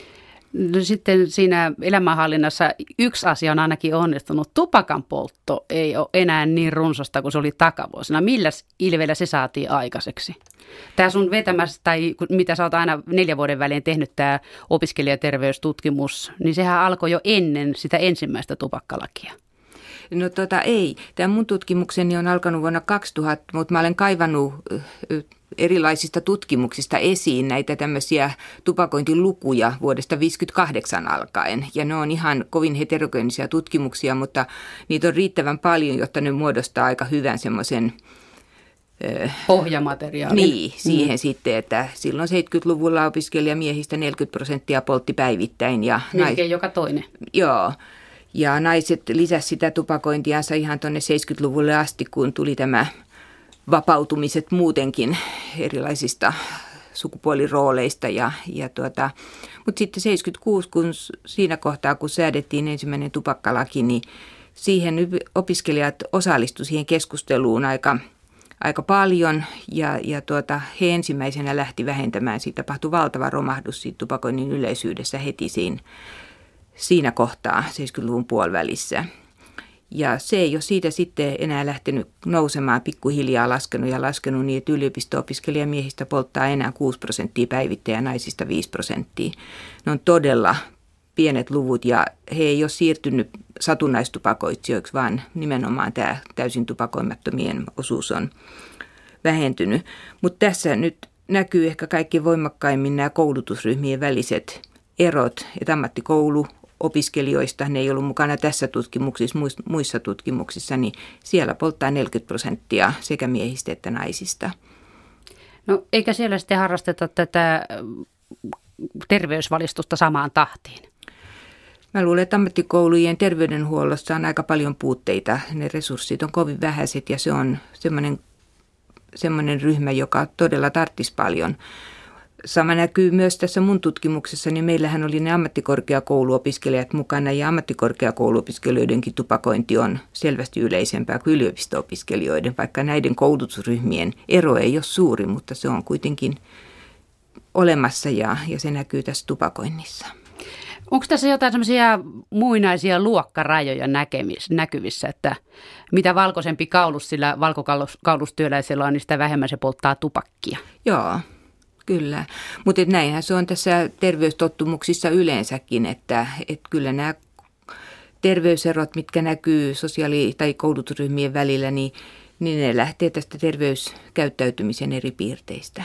No sitten siinä elämänhallinnassa yksi asia on ainakin onnistunut. Tupakan poltto ei ole enää niin runsasta kuin se oli takavuosina. Milläs ilveellä se saatiin aikaiseksi? Tämä sun vetämässä, tai mitä sä oot aina neljän vuoden välein tehnyt, tämä opiskelijaterveystutkimus, niin sehän alkoi jo ennen sitä ensimmäistä tupakkalakia. No tota ei. Tämä mun tutkimukseni on alkanut vuonna kaksituhatta, mutta mä olen kaivannut erilaisista tutkimuksista esiin näitä tämmöisiä tupakointilukuja vuodesta tuhatyhdeksänsataaviisikymmentäkahdeksan alkaen. Ja ne on ihan kovin heterogeenisia tutkimuksia, mutta niitä on riittävän paljon, jotta ne muodostaa aika hyvän semmoisen pohjamateriaalin. Niin, siihen mm. sitten, että silloin seitsemänkymmentäluvulla opiskelijamiehistä neljäkymmentä prosenttia poltti päivittäin. Ja melkein nais... joka toinen. Joo. Ja naiset lisäsivät sitä tupakointiansa ihan tuonne seitsemänkymmentäluvulle asti, kun tuli tämä vapautumiset muutenkin erilaisista sukupuolirooleista. Ja, ja tuota, mutta sitten seitsemänkymmentäkuusi, kun siinä kohtaa, kun säädettiin ensimmäinen tupakkalaki, niin siihen opiskelijat osallistuivat siihen keskusteluun aika, aika paljon. Ja, ja tuota, he ensimmäisenä lähti vähentämään. Siitä tapahtui valtava romahdus siitä tupakoinnin yleisyydessä heti siinä. Siinä kohtaa seitsemänkymmentäluvun puolivälissä. Ja se ei ole siitä sitten enää lähtenyt nousemaan, pikkuhiljaa laskenut ja laskenut niin, että yliopisto-opiskelijamiehistä polttaa enää kuusi prosenttia päivittäin ja naisista viisi prosenttia. Ne on todella pienet luvut ja he ei ole siirtynyt satunnaistupakoitsijoiksi, vaan nimenomaan tämä täysin tupakoimattomien osuus on vähentynyt. Mutta tässä nyt näkyy ehkä kaikkein voimakkaimmin nämä koulutusryhmien väliset erot, että ammattikoulu opiskelijoista, ne ei ollut mukana tässä tutkimuksissa, muissa tutkimuksissa, niin siellä polttaa neljäkymmentä prosenttia sekä miehistä että naisista. No eikä siellä sitten harrasteta tätä terveysvalistusta samaan tahtiin? Mä luulen, että ammattikoulujen terveydenhuollossa on aika paljon puutteita. Ne resurssit on kovin vähäiset ja se on semmoinen, semmoinen ryhmä, joka todella tarvitsisi paljon. Sama näkyy myös tässä mun tutkimuksessa, niin meillähän oli ne ammattikorkeakouluopiskelijat mukana ja ammattikorkeakouluopiskelijoidenkin tupakointi on selvästi yleisempää kuin yliopisto-opiskelijoiden, vaikka näiden koulutusryhmien ero ei ole suuri, mutta se on kuitenkin olemassa ja, ja se näkyy tässä tupakoinnissa. Onko tässä jotain semmoisia muinaisia luokkarajoja näkyvissä, että mitä valkoisempi kaulus sillä valkokaulustyöläisellä on, niin sitä vähemmän se polttaa tupakkia? Joo. Kyllä, mutta näinhän se on tässä terveystottumuksissa yleensäkin, että, että kyllä nämä terveyserot, mitkä näkyy sosiaali- tai koulutusryhmien välillä, niin, niin ne lähtee tästä terveyskäyttäytymisen eri piirteistä.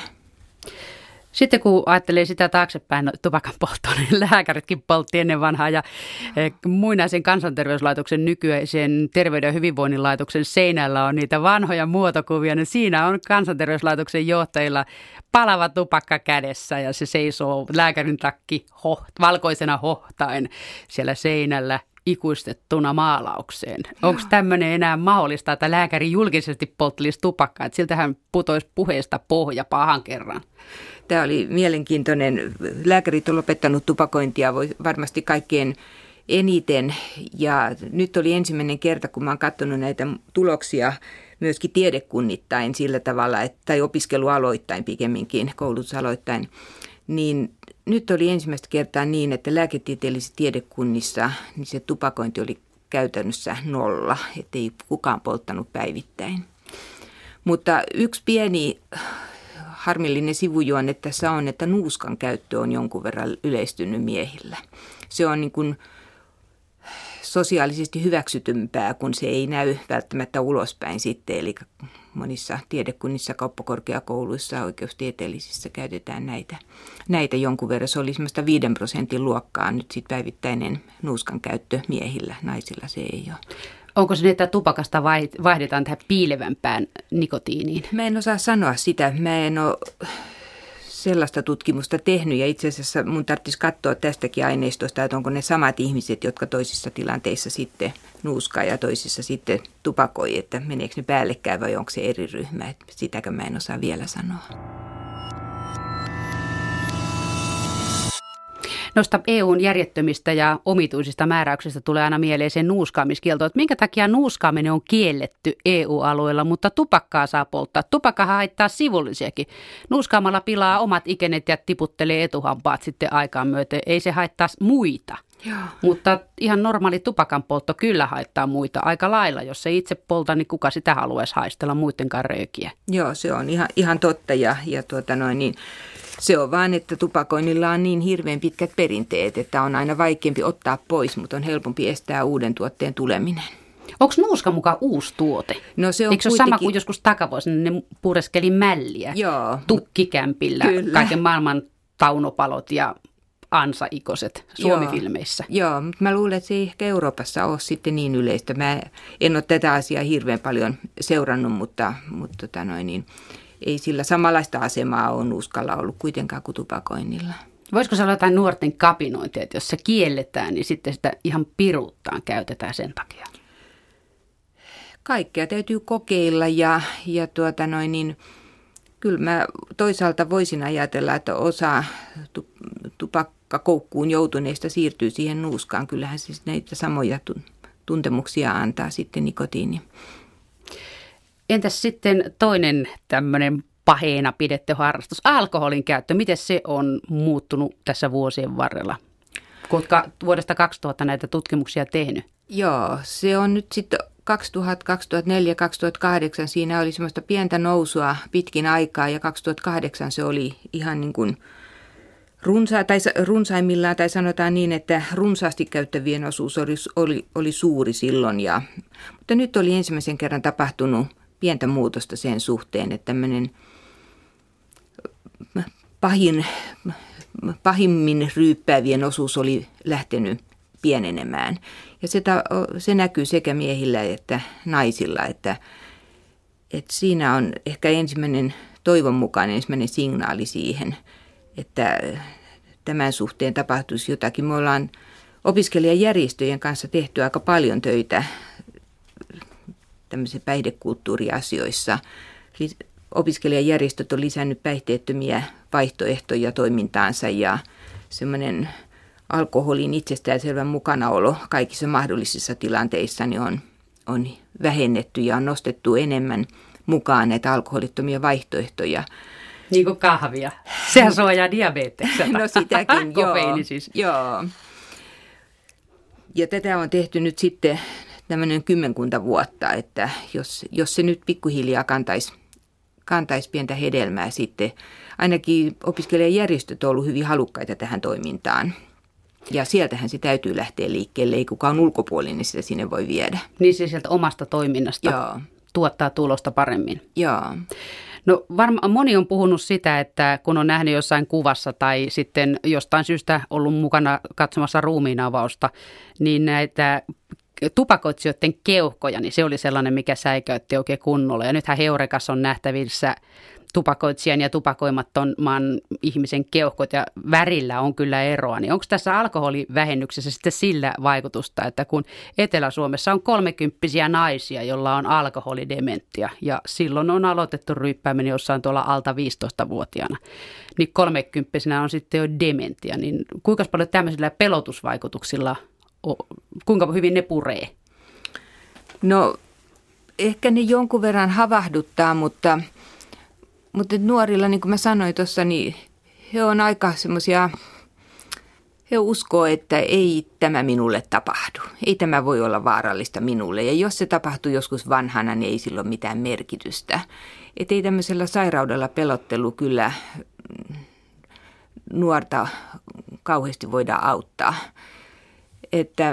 Sitten kun ajattelee sitä taaksepäin tupakan polttoa, niin lääkäritkin poltti ennen vanhaa ja muinaisen kansanterveyslaitoksen nykyisen terveyden ja hyvinvoinnin laitoksen seinällä on niitä vanhoja muotokuvia. Niin siinä on kansanterveyslaitoksen johtajilla palava tupakka kädessä ja se seisoo lääkärin takki hoht, valkoisena hohtain siellä seinällä. ikuistettuna maalaukseen. Onko tämmöinen enää mahdollista, että lääkäri julkisesti polttelisi tupakkaa? Että siltähän putoisi puheesta pohja pahan kerran. Tämä oli mielenkiintoinen. Lääkärit on lopettanut tupakointia voi varmasti kaikkein eniten. Ja nyt oli ensimmäinen kerta, kun mä oon katsonut näitä tuloksia myöskin tiedekunnittain sillä tavalla, että, tai opiskelualoittain pikemminkin, koulutusaloittain, niin nyt oli ensimmäistä kertaa niin, että lääketieteellisissä tiedekunnissa niin se tupakointi oli käytännössä nolla, ettei kukaan polttanut päivittäin. Mutta yksi pieni harmillinen sivujuonne tässä on, että nuuskan käyttö on jonkun verran yleistynyt miehillä. Se on niin kuin sosiaalisesti hyväksytympää, kun se ei näy välttämättä ulospäin sitten. Eli monissa tiedekunnissa, kauppakorkeakouluissa, oikeustieteellisissä käytetään näitä, näitä jonkun verran. Se oli semmoista viiden prosentin luokkaa nyt sitten päivittäinen nuuskan käyttö miehillä, naisilla se ei ole. Onko se niin, että tupakasta vaihdetaan tähän piilevämpään nikotiiniin? Mä en osaa sanoa sitä. Mä en ole sellaista tutkimusta tehnyt ja itse asiassa mun tarvitsisi katsoa tästäkin aineistosta, että onko ne samat ihmiset, jotka toisissa tilanteissa sitten nuuskaa ja toisissa sitten tupakoi, että meneekö ne päällekkäin vai onko se eri ryhmä. Että sitäkään mä en osaa vielä sanoa. Noista E U:n järjettömistä ja omituisista määräyksistä tulee aina mieleen se nuuskaamiskielto, että minkä takia nuuskaaminen on kielletty E U-alueella, mutta tupakkaa saa polttaa. Tupakkahan haittaa sivullisiakin. Nuuskaamalla pilaa omat ikenet ja tiputtelee etuhampaat sitten aikaan myöten. Ei se haittaa muita. Joo. Mutta ihan normaali tupakan poltto kyllä haittaa muita aika lailla. Jos se itse polta, niin kuka sitä haluaisi haistella muidenkaan röökiä? Joo, se on ihan, ihan totta ja, ja tuota noin niin. Se on vaan, että tupakoinnilla on niin hirveän pitkät perinteet, että on aina vaikeampi ottaa pois, mutta on helpompi estää uuden tuotteen tuleminen. Onko nuuska mukaan uusi tuote? No se on Eikö se kuitenkin ole sama kuin joskus takavuosina, ne pureskeli mälliä Joo. tukkikämpillä, kyllä. Kaiken maailman taunopalot ja ansaikoset Suomi-filmeissä. Joo, Joo, mutta mä luulen, että se ei ehkä Euroopassa ole sitten niin yleistä. Mä en ole tätä asiaa hirveän paljon seurannut, mutta, mutta tota noin niin. Ei sillä samanlaista asemaa ole nuuskalla ollut kuitenkaan kuin tupakoinnilla. Voisiko se olla jotain nuorten kapinointia, että jos se kielletään, niin sitten sitä ihan piruuttaan käytetään sen takia? Kaikkea täytyy kokeilla ja, ja tuota noin, niin, kyllä mä toisaalta voisin ajatella, että osa tupakkakoukkuun joutuneista siirtyy siihen nuuskaan. Kyllähän siis näitä samoja tuntemuksia antaa sitten nikotiini. Entäs sitten toinen tämmöinen paheena pidetty harrastus, alkoholin käyttö. Miten se on muuttunut tässä vuosien varrella? Kuinka vuodesta kaksituhatta näitä tutkimuksia tehnyt? Joo, se on nyt sitten kaksituhatta, kaksituhattaneljä, kaksituhattakahdeksan. Siinä oli semmoista pientä nousua pitkin aikaa ja kaksituhattakahdeksan se oli ihan niin kuin runsa, tai runsaimmillaan, tai sanotaan niin, että runsaasti käyttävien osuus oli, oli, oli suuri silloin. Ja, mutta nyt oli ensimmäisen kerran tapahtunut pientä muutosta sen suhteen, että tämmöinen pahin, pahimmin ryyppäävien osuus oli lähtenyt pienenemään. Ja se, se näkyy sekä miehillä että naisilla, että, että siinä on ehkä ensimmäinen toivon mukaan ensimmäinen signaali siihen, että tämän suhteen tapahtuisi jotakin. Me ollaan opiskelijajärjestöjen kanssa tehty aika paljon töitä tämmöisissä päihdekulttuuriasioissa. Opiskelijajärjestöt on lisännyt päihteettömiä vaihtoehtoja toimintaansa ja semmoinen alkoholin itsestäänselvän mukanaolo kaikissa mahdollisissa tilanteissa niin on, on vähennetty ja on nostettu enemmän mukaan näitä alkoholittomia vaihtoehtoja. Niin kuin kahvia. Sehän suojaa diabetekselta. No sitäkin, joo, siis. joo. Ja tätä on tehty nyt sitten tämmöinen kymmenkunta vuotta, että jos, jos se nyt pikkuhiljaa kantaisi, kantaisi pientä hedelmää sitten. Ainakin opiskelijajärjestöt on ollut hyvin halukkaita tähän toimintaan. Ja sieltähän se täytyy lähteä liikkeelle, ei kukaan ulkopuolinen sitä sinne voi viedä. Niin se sieltä omasta toiminnasta joo. tuottaa tulosta paremmin. Joo. No varmaan moni on puhunut sitä, että kun on nähnyt jossain kuvassa tai sitten jostain syystä ollut mukana katsomassa ruumiinavausta, niin näitä tupakoitsijoiden keuhkoja, niin se oli sellainen, mikä säikäytti oikein kunnolla. Ja nythän Heurekas on nähtävissä tupakoitsijan ja tupakoimattoman ihmisen keuhkot ja värillä on kyllä eroa, niin onko tässä alkoholivähennyksessä sitten sillä vaikutusta, että kun Etelä-Suomessa on kolmekymppisiä naisia, joilla on alkoholidementia ja silloin on aloitettu ryyppääminen jossain tuolla alta viisitoistavuotiaana, niin kolmekymppisenä on sitten jo dementia, niin kuinka paljon tämmöisillä pelotusvaikutuksilla, kuinka hyvin ne puree? No ehkä ne jonkun verran havahduttaa, mutta, mutta nuorilla, niin kuin mä sanoin tuossa, niin he on aika semmoisia, he uskoo, että ei tämä minulle tapahdu. Ei tämä voi olla vaarallista minulle. Ja jos se tapahtuu joskus vanhana, niin ei sillä ole mitään merkitystä. Että ei tämmöisellä sairaudella pelottelu kyllä nuorta kauheasti voida auttaa. Että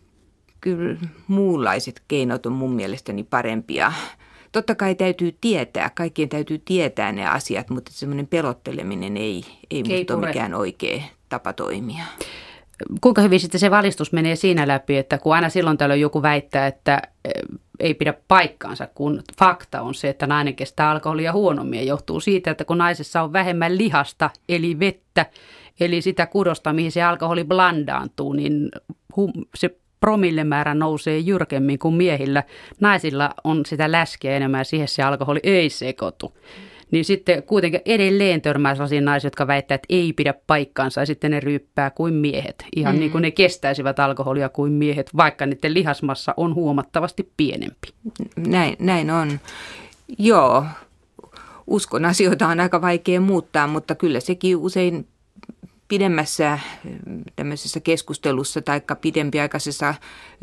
kyllä muunlaiset keinot on mun mielestäni parempia. Totta kai täytyy tietää, kaikkien täytyy tietää ne asiat, mutta semmoinen pelotteleminen ei, ei musta ole mikään oikea tapa toimia. Kuinka hyvin sitten se valistus menee siinä läpi, että kun aina silloin tällöin joku väittää, että ei pidä paikkaansa, kun fakta on se, että nainen kestää alkoholia huonommin ja johtuu siitä, että kun naisessa on vähemmän lihasta, eli vettä, eli sitä kudosta, mihin se alkoholi blandaantuu, niin se promillemäärä nousee jyrkemmin kuin miehillä. Naisilla on sitä läskiä enemmän ja siihen se alkoholi ei sekoitu. Niin sitten kuitenkin edelleen törmää sellaisia naisia, jotka väittää, että ei pidä paikkaansa ja sitten ne ryyppää kuin miehet. Ihan mm. niin kuin ne kestäisivät alkoholia kuin miehet, vaikka niiden lihasmassa on huomattavasti pienempi. Näin, näin on. Joo, uskon asioita on aika vaikea muuttaa, mutta kyllä sekin usein pidemmässä tämmöisessä keskustelussa tai pidempiaikaisessa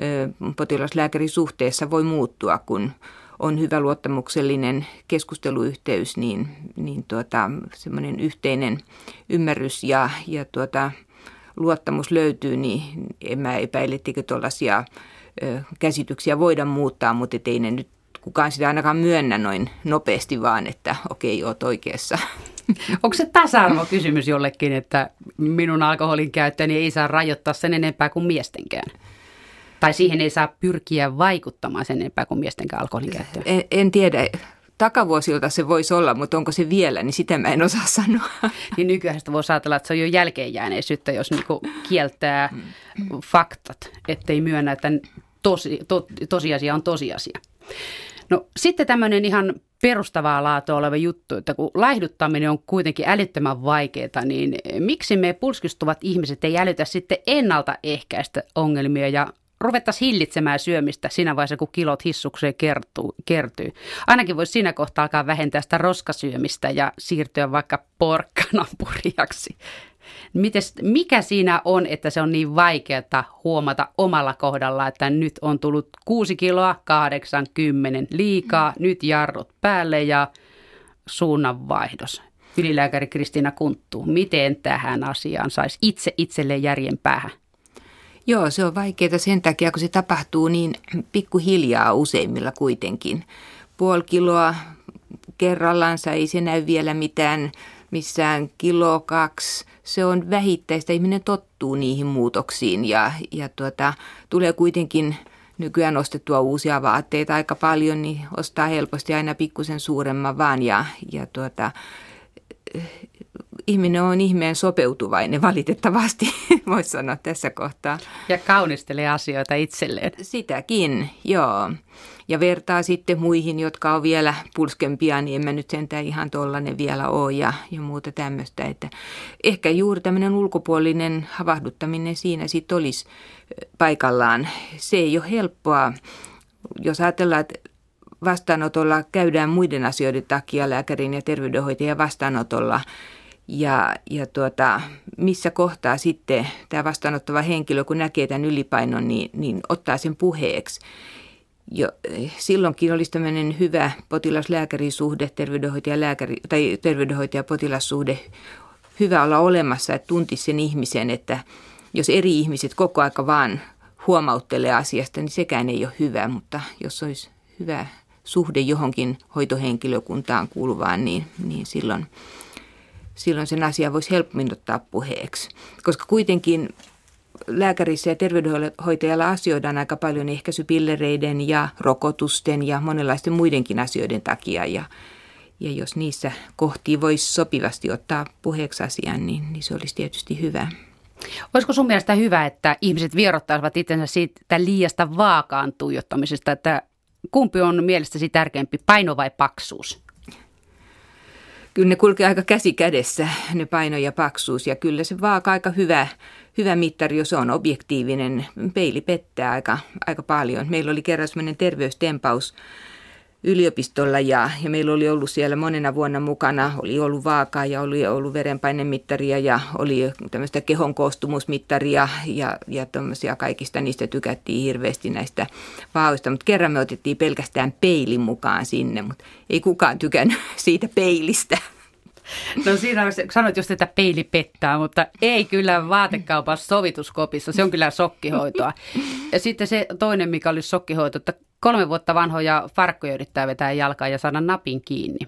potilaslääkärisuhteessa voi muuttua, kun on hyvä luottamuksellinen keskusteluyhteys, niin, niin tuota, semmoinen yhteinen ymmärrys ja, ja tuota, luottamus löytyy, niin en mä epäile, etteikö tuollaisia käsityksiä voida muuttaa, mutta ei ne nyt kukaan sitä ainakaan myönnä noin nopeasti, vaan että okei, oot oikeassa. Onko se tasa-arvokysymys jollekin, että minun alkoholin käyttäni ei saa rajoittaa sen enempää kuin miestenkään? Tai siihen ei saa pyrkiä vaikuttamaan sen enempää kuin miestenkään alkoholin käyttöön? En, en tiedä. Takavuosilta se voisi olla, mutta onko se vielä, niin sitä mä en osaa sanoa. Niin nykyään sitä voisi ajatella, että se on jo jälkeenjääneisyyttä, jos niinku kieltää faktat, ettei myönnä, että tosi, to, tosiasia on tosiasia. No sitten tämmöinen ihan perustavaa laatua oleva juttu, että kun laihduttaminen on kuitenkin älyttömän vaikeaa, niin miksi me pulskistuvat ihmiset ei älytä sitten ennaltaehkäistä ongelmia ja ruvettaisiin hillitsemään syömistä siinä vaiheessa, kun kilot hissukseen kertuu, kertyy. Ainakin voisi siinä kohtaa alkaa vähentää sitä roskasyömistä ja siirtyä vaikka porkkanapuriaksi. Mites, mikä siinä on, että se on niin vaikeaa huomata omalla kohdalla, että nyt on tullut kuusi kiloa, kahdeksan, kymmenen liikaa, nyt jarrut päälle ja suunnanvaihdos. Ylilääkäri Kristiina Kunttu, miten tähän asiaan saisi itse itselleen järjen päähän? Joo, se on vaikeaa sen takia, kun se tapahtuu niin pikkuhiljaa useimmilla kuitenkin. Puoli kiloa kerrallansa, ei se näy vielä mitään, missään kilo, kaksi. Se on vähittäistä, ihminen tottuu niihin muutoksiin ja, ja tuota, tulee kuitenkin nykyään ostettua uusia vaatteita aika paljon, niin ostaa helposti aina pikkusen suuremman vaan ja, ja tuota, ihminen on ihmeen sopeutuvainen valitettavasti, voisi sanoa tässä kohtaa. Ja kaunistelee asioita itselleen. Sitäkin, joo. Ja vertaa sitten muihin, jotka on vielä pulskempia, niin en mä nyt sentään ihan tollainen vielä ole ja, ja muuta tämmöistä. Että ehkä juuri tämmöinen ulkopuolinen havahduttaminen siinä sitten olisi paikallaan. Se ei ole helppoa, jos ajatellaan, että vastaanotolla käydään muiden asioiden takia lääkärin ja terveydenhoitajan vastaanotolla. Ja, ja tuota, missä kohtaa sitten tämä vastaanottava henkilö, kun näkee tämän ylipainon, niin, niin ottaa sen puheeksi. Jo, silloinkin olisi tämmöinen hyvä potilas-lääkärisuhde, terveydenhoitaja-lääkäri, tai terveydenhoitaja-potilassuhde hyvä olla olemassa, että tuntisi sen ihmisen, että jos eri ihmiset koko aika vaan huomauttelee asiasta, niin sekään ei ole hyvä, mutta jos olisi hyvä suhde johonkin hoitohenkilökuntaan kuuluvaan, niin, niin silloin, silloin sen asian voisi helpommin ottaa puheeksi. Koska kuitenkin lääkärissä ja terveydenhoitajalla asioidaan aika paljon ehkäisypillereiden ja rokotusten ja monenlaisten muidenkin asioiden takia. Ja, Ja jos niissä kohti voisi sopivasti ottaa puheeksi asian, niin, niin se olisi tietysti hyvä. Olisiko sun mielestä hyvä, että ihmiset vierottaisivat itsensä siitä liiasta vaakaan tuijottamisesta, että kumpi on mielestäsi tärkeämpi, paino vai paksuus? Kyllä ne kulkee aika käsi kädessä, ne paino ja paksuus, ja kyllä se vaaka aika hyvä, hyvä mittari, jos on objektiivinen. Peili pettää aika, aika paljon. Meillä oli kerran sellainen terveystempaus yliopistolla ja, ja meillä oli ollut siellä monena vuonna mukana, oli ollut vaakaa ja oli ollut verenpainemittaria ja oli tämmöistä kehon koostumusmittaria ja, ja tuommoisia kaikista niistä tykättiin hirveästi näistä vaaoista, mutta kerran me otettiin pelkästään peilin mukaan sinne, mutta ei kukaan tykännyt siitä peilistä. No siinä sanoit just, että peili pettää, mutta ei kyllä vaatekaupan sovituskopissa, se on kyllä sokkihoitoa. Ja sitten se toinen, mikä olisi sokkihoito, että kolme vuotta vanhoja farkkuja yrittää vetää jalkaan ja saada napin kiinni.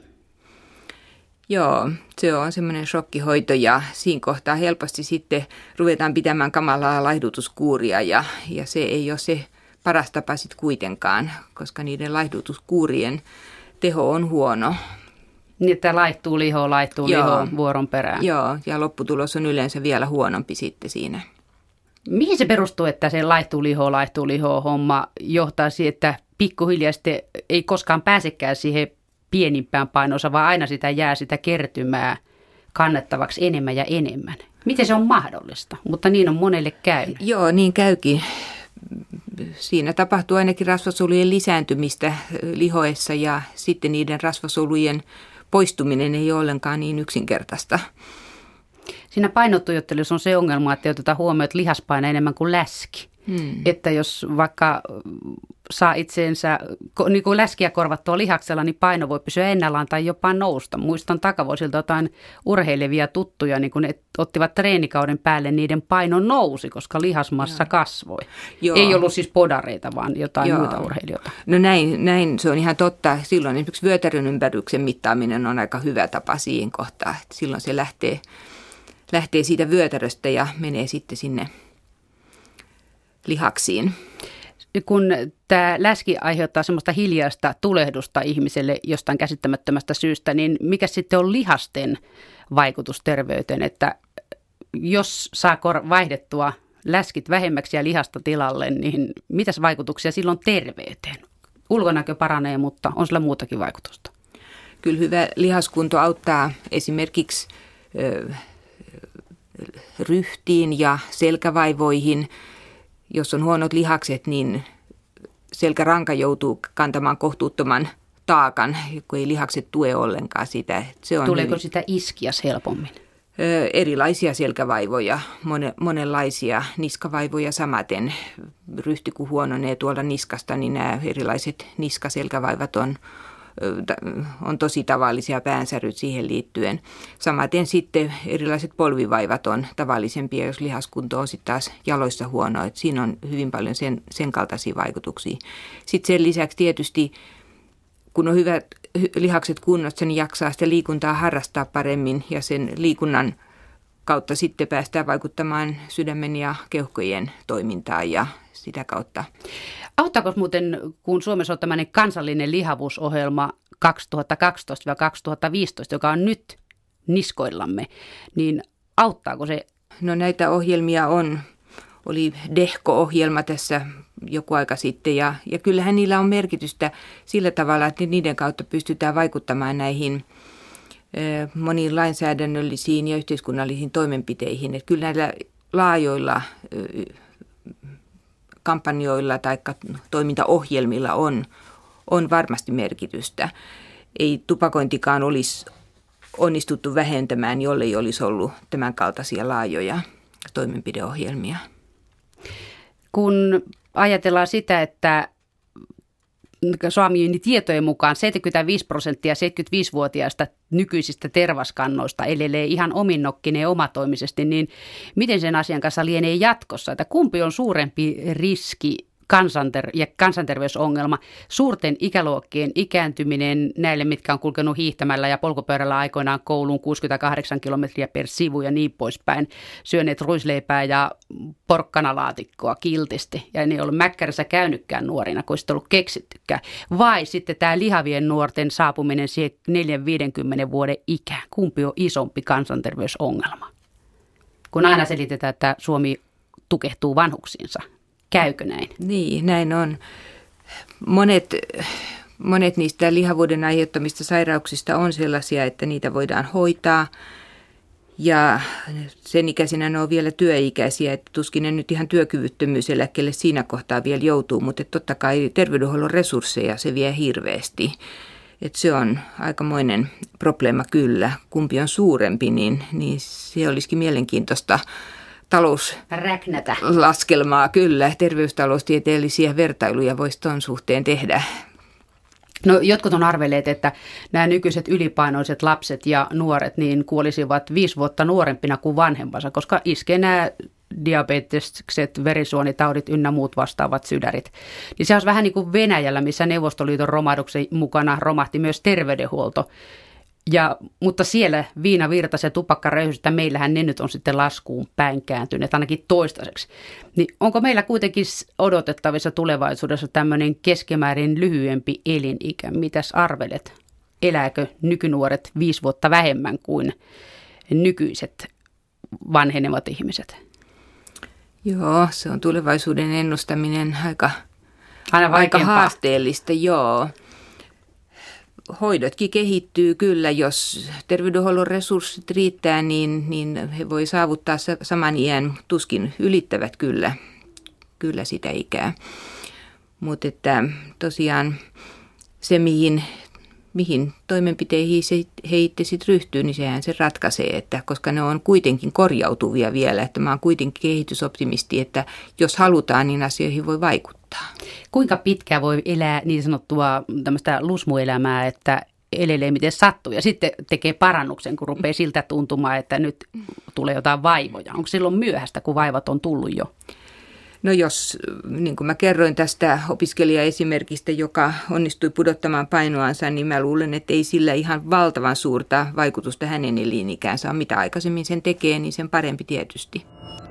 Joo, se on semmoinen shokkihoito ja siinä kohtaa helposti sitten ruvetaan pitämään kamalaa laihdutuskuuria ja, ja se ei ole se paras tapa sitten kuitenkaan, koska niiden laihdutuskuurien teho on huono. Niin, että laittuu lihoa, laittuu lihoa vuoron perään. Joo, ja lopputulos on yleensä vielä huonompi sitten siinä. Mihin se perustuu, että se laittuu lihoa, laittuu lihoa homma johtaa siihen, että pikkuhiljaa sitten ei koskaan pääsekään siihen pienimpään painoonsa, vaan aina sitä jää sitä kertymää kannettavaksi enemmän ja enemmän. Miten se on mahdollista? Mutta niin on monelle käynyt. Joo, niin käykin. Siinä tapahtuu ainakin rasvasolujen lisääntymistä lihoessa ja sitten niiden rasvasolujen poistuminen ei ole ollenkaan niin yksinkertaista. Siinä painottuijottelussa on se ongelma, että ei oteta huomioon, että lihas painaa enemmän kuin läski. Hmm. Että jos vaikka saa itseensä niin kuin läskiä korvattua lihaksella, niin paino voi pysyä ennallaan tai jopa nousta. Muistan takavuosilta jotain urheilevia tuttuja, niin kun ne ottivat treenikauden päälle, niiden paino nousi, koska lihasmassa Joo. kasvoi. Joo. Ei ollut siis podareita, vaan jotain Joo. muita urheilijoita. No näin, näin, se on ihan totta. Silloin esimerkiksi vyötärön ympäryksen mittaaminen on aika hyvä tapa siihen kohtaan. Että silloin se lähtee, lähtee siitä vyötäröstä ja menee sitten sinne lihaksiin. Kun tämä läski aiheuttaa semmoista hiljaista tulehdusta ihmiselle jostain käsittämättömästä syystä, niin mikä sitten on lihasten vaikutus terveyteen, että jos saa vaihdettua läskit vähemmäksi ja lihasta tilalle, niin mitäs vaikutuksia silloin terveyteen? Ulkonäkö paranee, mutta on sillä muutakin vaikutusta. Kyllä hyvä lihaskunto auttaa esimerkiksi ö, ryhtiin ja selkävaivoihin. Jos on huonot lihakset, niin selkäranka joutuu kantamaan kohtuuttoman taakan, kun ei lihakset tue ollenkaan sitä. Se on Tuleeko hyvin, sitä iskias helpommin? Ö, erilaisia selkävaivoja, monen, monenlaisia niskavaivoja samaten. Ryhti kun huononee tuolla niskasta, niin nämä erilaiset niskaselkävaivat on on tosi tavallisia, päänsäryt siihen liittyen. Samaten sitten erilaiset polvivaivat on tavallisempia, jos lihaskunto on sitten taas jaloissa huono. Et siinä on hyvin paljon sen, sen kaltaisia vaikutuksia. Sitten sen lisäksi tietysti, kun on hyvät lihakset kunnossa, niin jaksaa sitä liikuntaa harrastaa paremmin ja sen liikunnan kautta sitten päästään vaikuttamaan sydämen ja keuhkojen toimintaan ja sitä kautta. Auttaako muuten, kun Suomessa on tämmöinen kansallinen lihavuusohjelma kaksituhattakaksitoista kaksituhattaviisitoista, joka on nyt niskoillamme, niin auttaako se? No näitä ohjelmia on. Oli D E H K O-ohjelma tässä joku aika sitten ja, ja kyllähän niillä on merkitystä sillä tavalla, että niiden kautta pystytään vaikuttamaan näihin moniin lainsäädännöllisiin ja yhteiskunnallisiin toimenpiteihin. Että kyllä näillä laajoilla kampanjoilla tai toimintaohjelmilla on, on varmasti merkitystä. Ei tupakointikaan olisi onnistuttu vähentämään, jollei olisi ollut tämän kaltaisia laajoja toimenpideohjelmia. Kun ajatellaan sitä, että saamieni tietojen mukaan seitsemänkymmentäviisi prosenttia seitsemänkymmentäviisivuotiaista nykyisistä tervaskannoista elelee ihan ominnokkineen omatoimisesti, niin miten sen asian kanssa lienee jatkossa? Että kumpi on suurempi riski kansanter- ja kansanterveysongelma. Suurten ikäluokkien ikääntyminen näille, mitkä on kulkenut hiihtämällä ja polkupyörällä aikoinaan kouluun kuusikymmentäkahdeksan kilometriä per sivu ja niin poispäin. Syöneet ruisleipää ja porkkanalaatikkoa kiltisti. Ja ne ei ollut mäkkärissä käynytkään nuorina, kun olisi ollut keksittykään. Vai sitten tämä lihavien nuorten saapuminen siihen neljäkymmentä viisikymmentä vuoden ikään. Kumpi on isompi kansanterveysongelma? Kun aina selitetään, että Suomi tukehtuu vanhuksiinsa. Käykö näin? Niin, näin on. Monet, monet niistä lihavuuden aiheuttamista sairauksista on sellaisia, että niitä voidaan hoitaa. Ja sen ikäisinä ne on vielä työikäisiä, että tuskin ne nyt ihan työkyvyttömyyseläkkeelle siinä kohtaa vielä joutuu, mutta totta kai terveydenhuollon resursseja se vie hirveästi. Että se on aikamoinen probleema kyllä. Kumpi on suurempi, niin, niin se olisikin mielenkiintoista talouslaskelmaa kyllä. Terveystaloustieteellisiä vertailuja voisi tuon suhteen tehdä. No jotkut on arvelleet, että nämä nykyiset ylipainoiset lapset ja nuoret niin kuolisivat viisi vuotta nuorempina kuin vanhempansa, koska iskee nämä diabetekset, verisuonitaudit ynnä muut vastaavat sydärit. Niin se olisi vähän niin kuin Venäjällä, missä Neuvostoliiton romahduksen mukana romahti myös terveydenhuolto. Ja, mutta siellä viinavirtas ja tupakkaröyhystä, meillähän ne nyt on sitten laskuun päin kääntyneet, ainakin toistaiseksi. Niin onko meillä kuitenkin odotettavissa tulevaisuudessa tämmöinen keskimäärin lyhyempi elinikä? Mitäs arvelet? Elääkö nykynuoret viisi vuotta vähemmän kuin nykyiset vanhenevat ihmiset? Joo, se on tulevaisuuden ennustaminen aika, Aina aika haasteellista, joo. Hoidotkin kehittyy kyllä, jos terveydenhuollon resurssit riittää, niin, niin he voi saavuttaa saman iän, tuskin ylittävät kyllä, kyllä sitä ikää. Mutta että tosiaan se, mihin, mihin toimenpiteihin se, he itse sitten ryhtyy, niin sehän se ratkaisee, että koska ne on kuitenkin korjautuvia vielä, että mä oon kuitenkin kehitysoptimisti, että jos halutaan, niin asioihin voi vaikuttaa. Kuinka pitkään voi elää niin sanottua tämmöistä lusmuelämää, että elelee miten sattuu ja sitten tekee parannuksen, kun rupeaa siltä tuntumaan, että nyt tulee jotain vaivoja. Onko silloin myöhäistä, kun vaivat on tullut jo? No jos, niin kuin mä kerroin tästä opiskelijaesimerkistä, joka onnistui pudottamaan painoansa, niin mä luulen, että ei sillä ihan valtavan suurta vaikutusta hänen elinikäänsä ole. Mitä aikaisemmin sen tekee, niin sen parempi tietysti.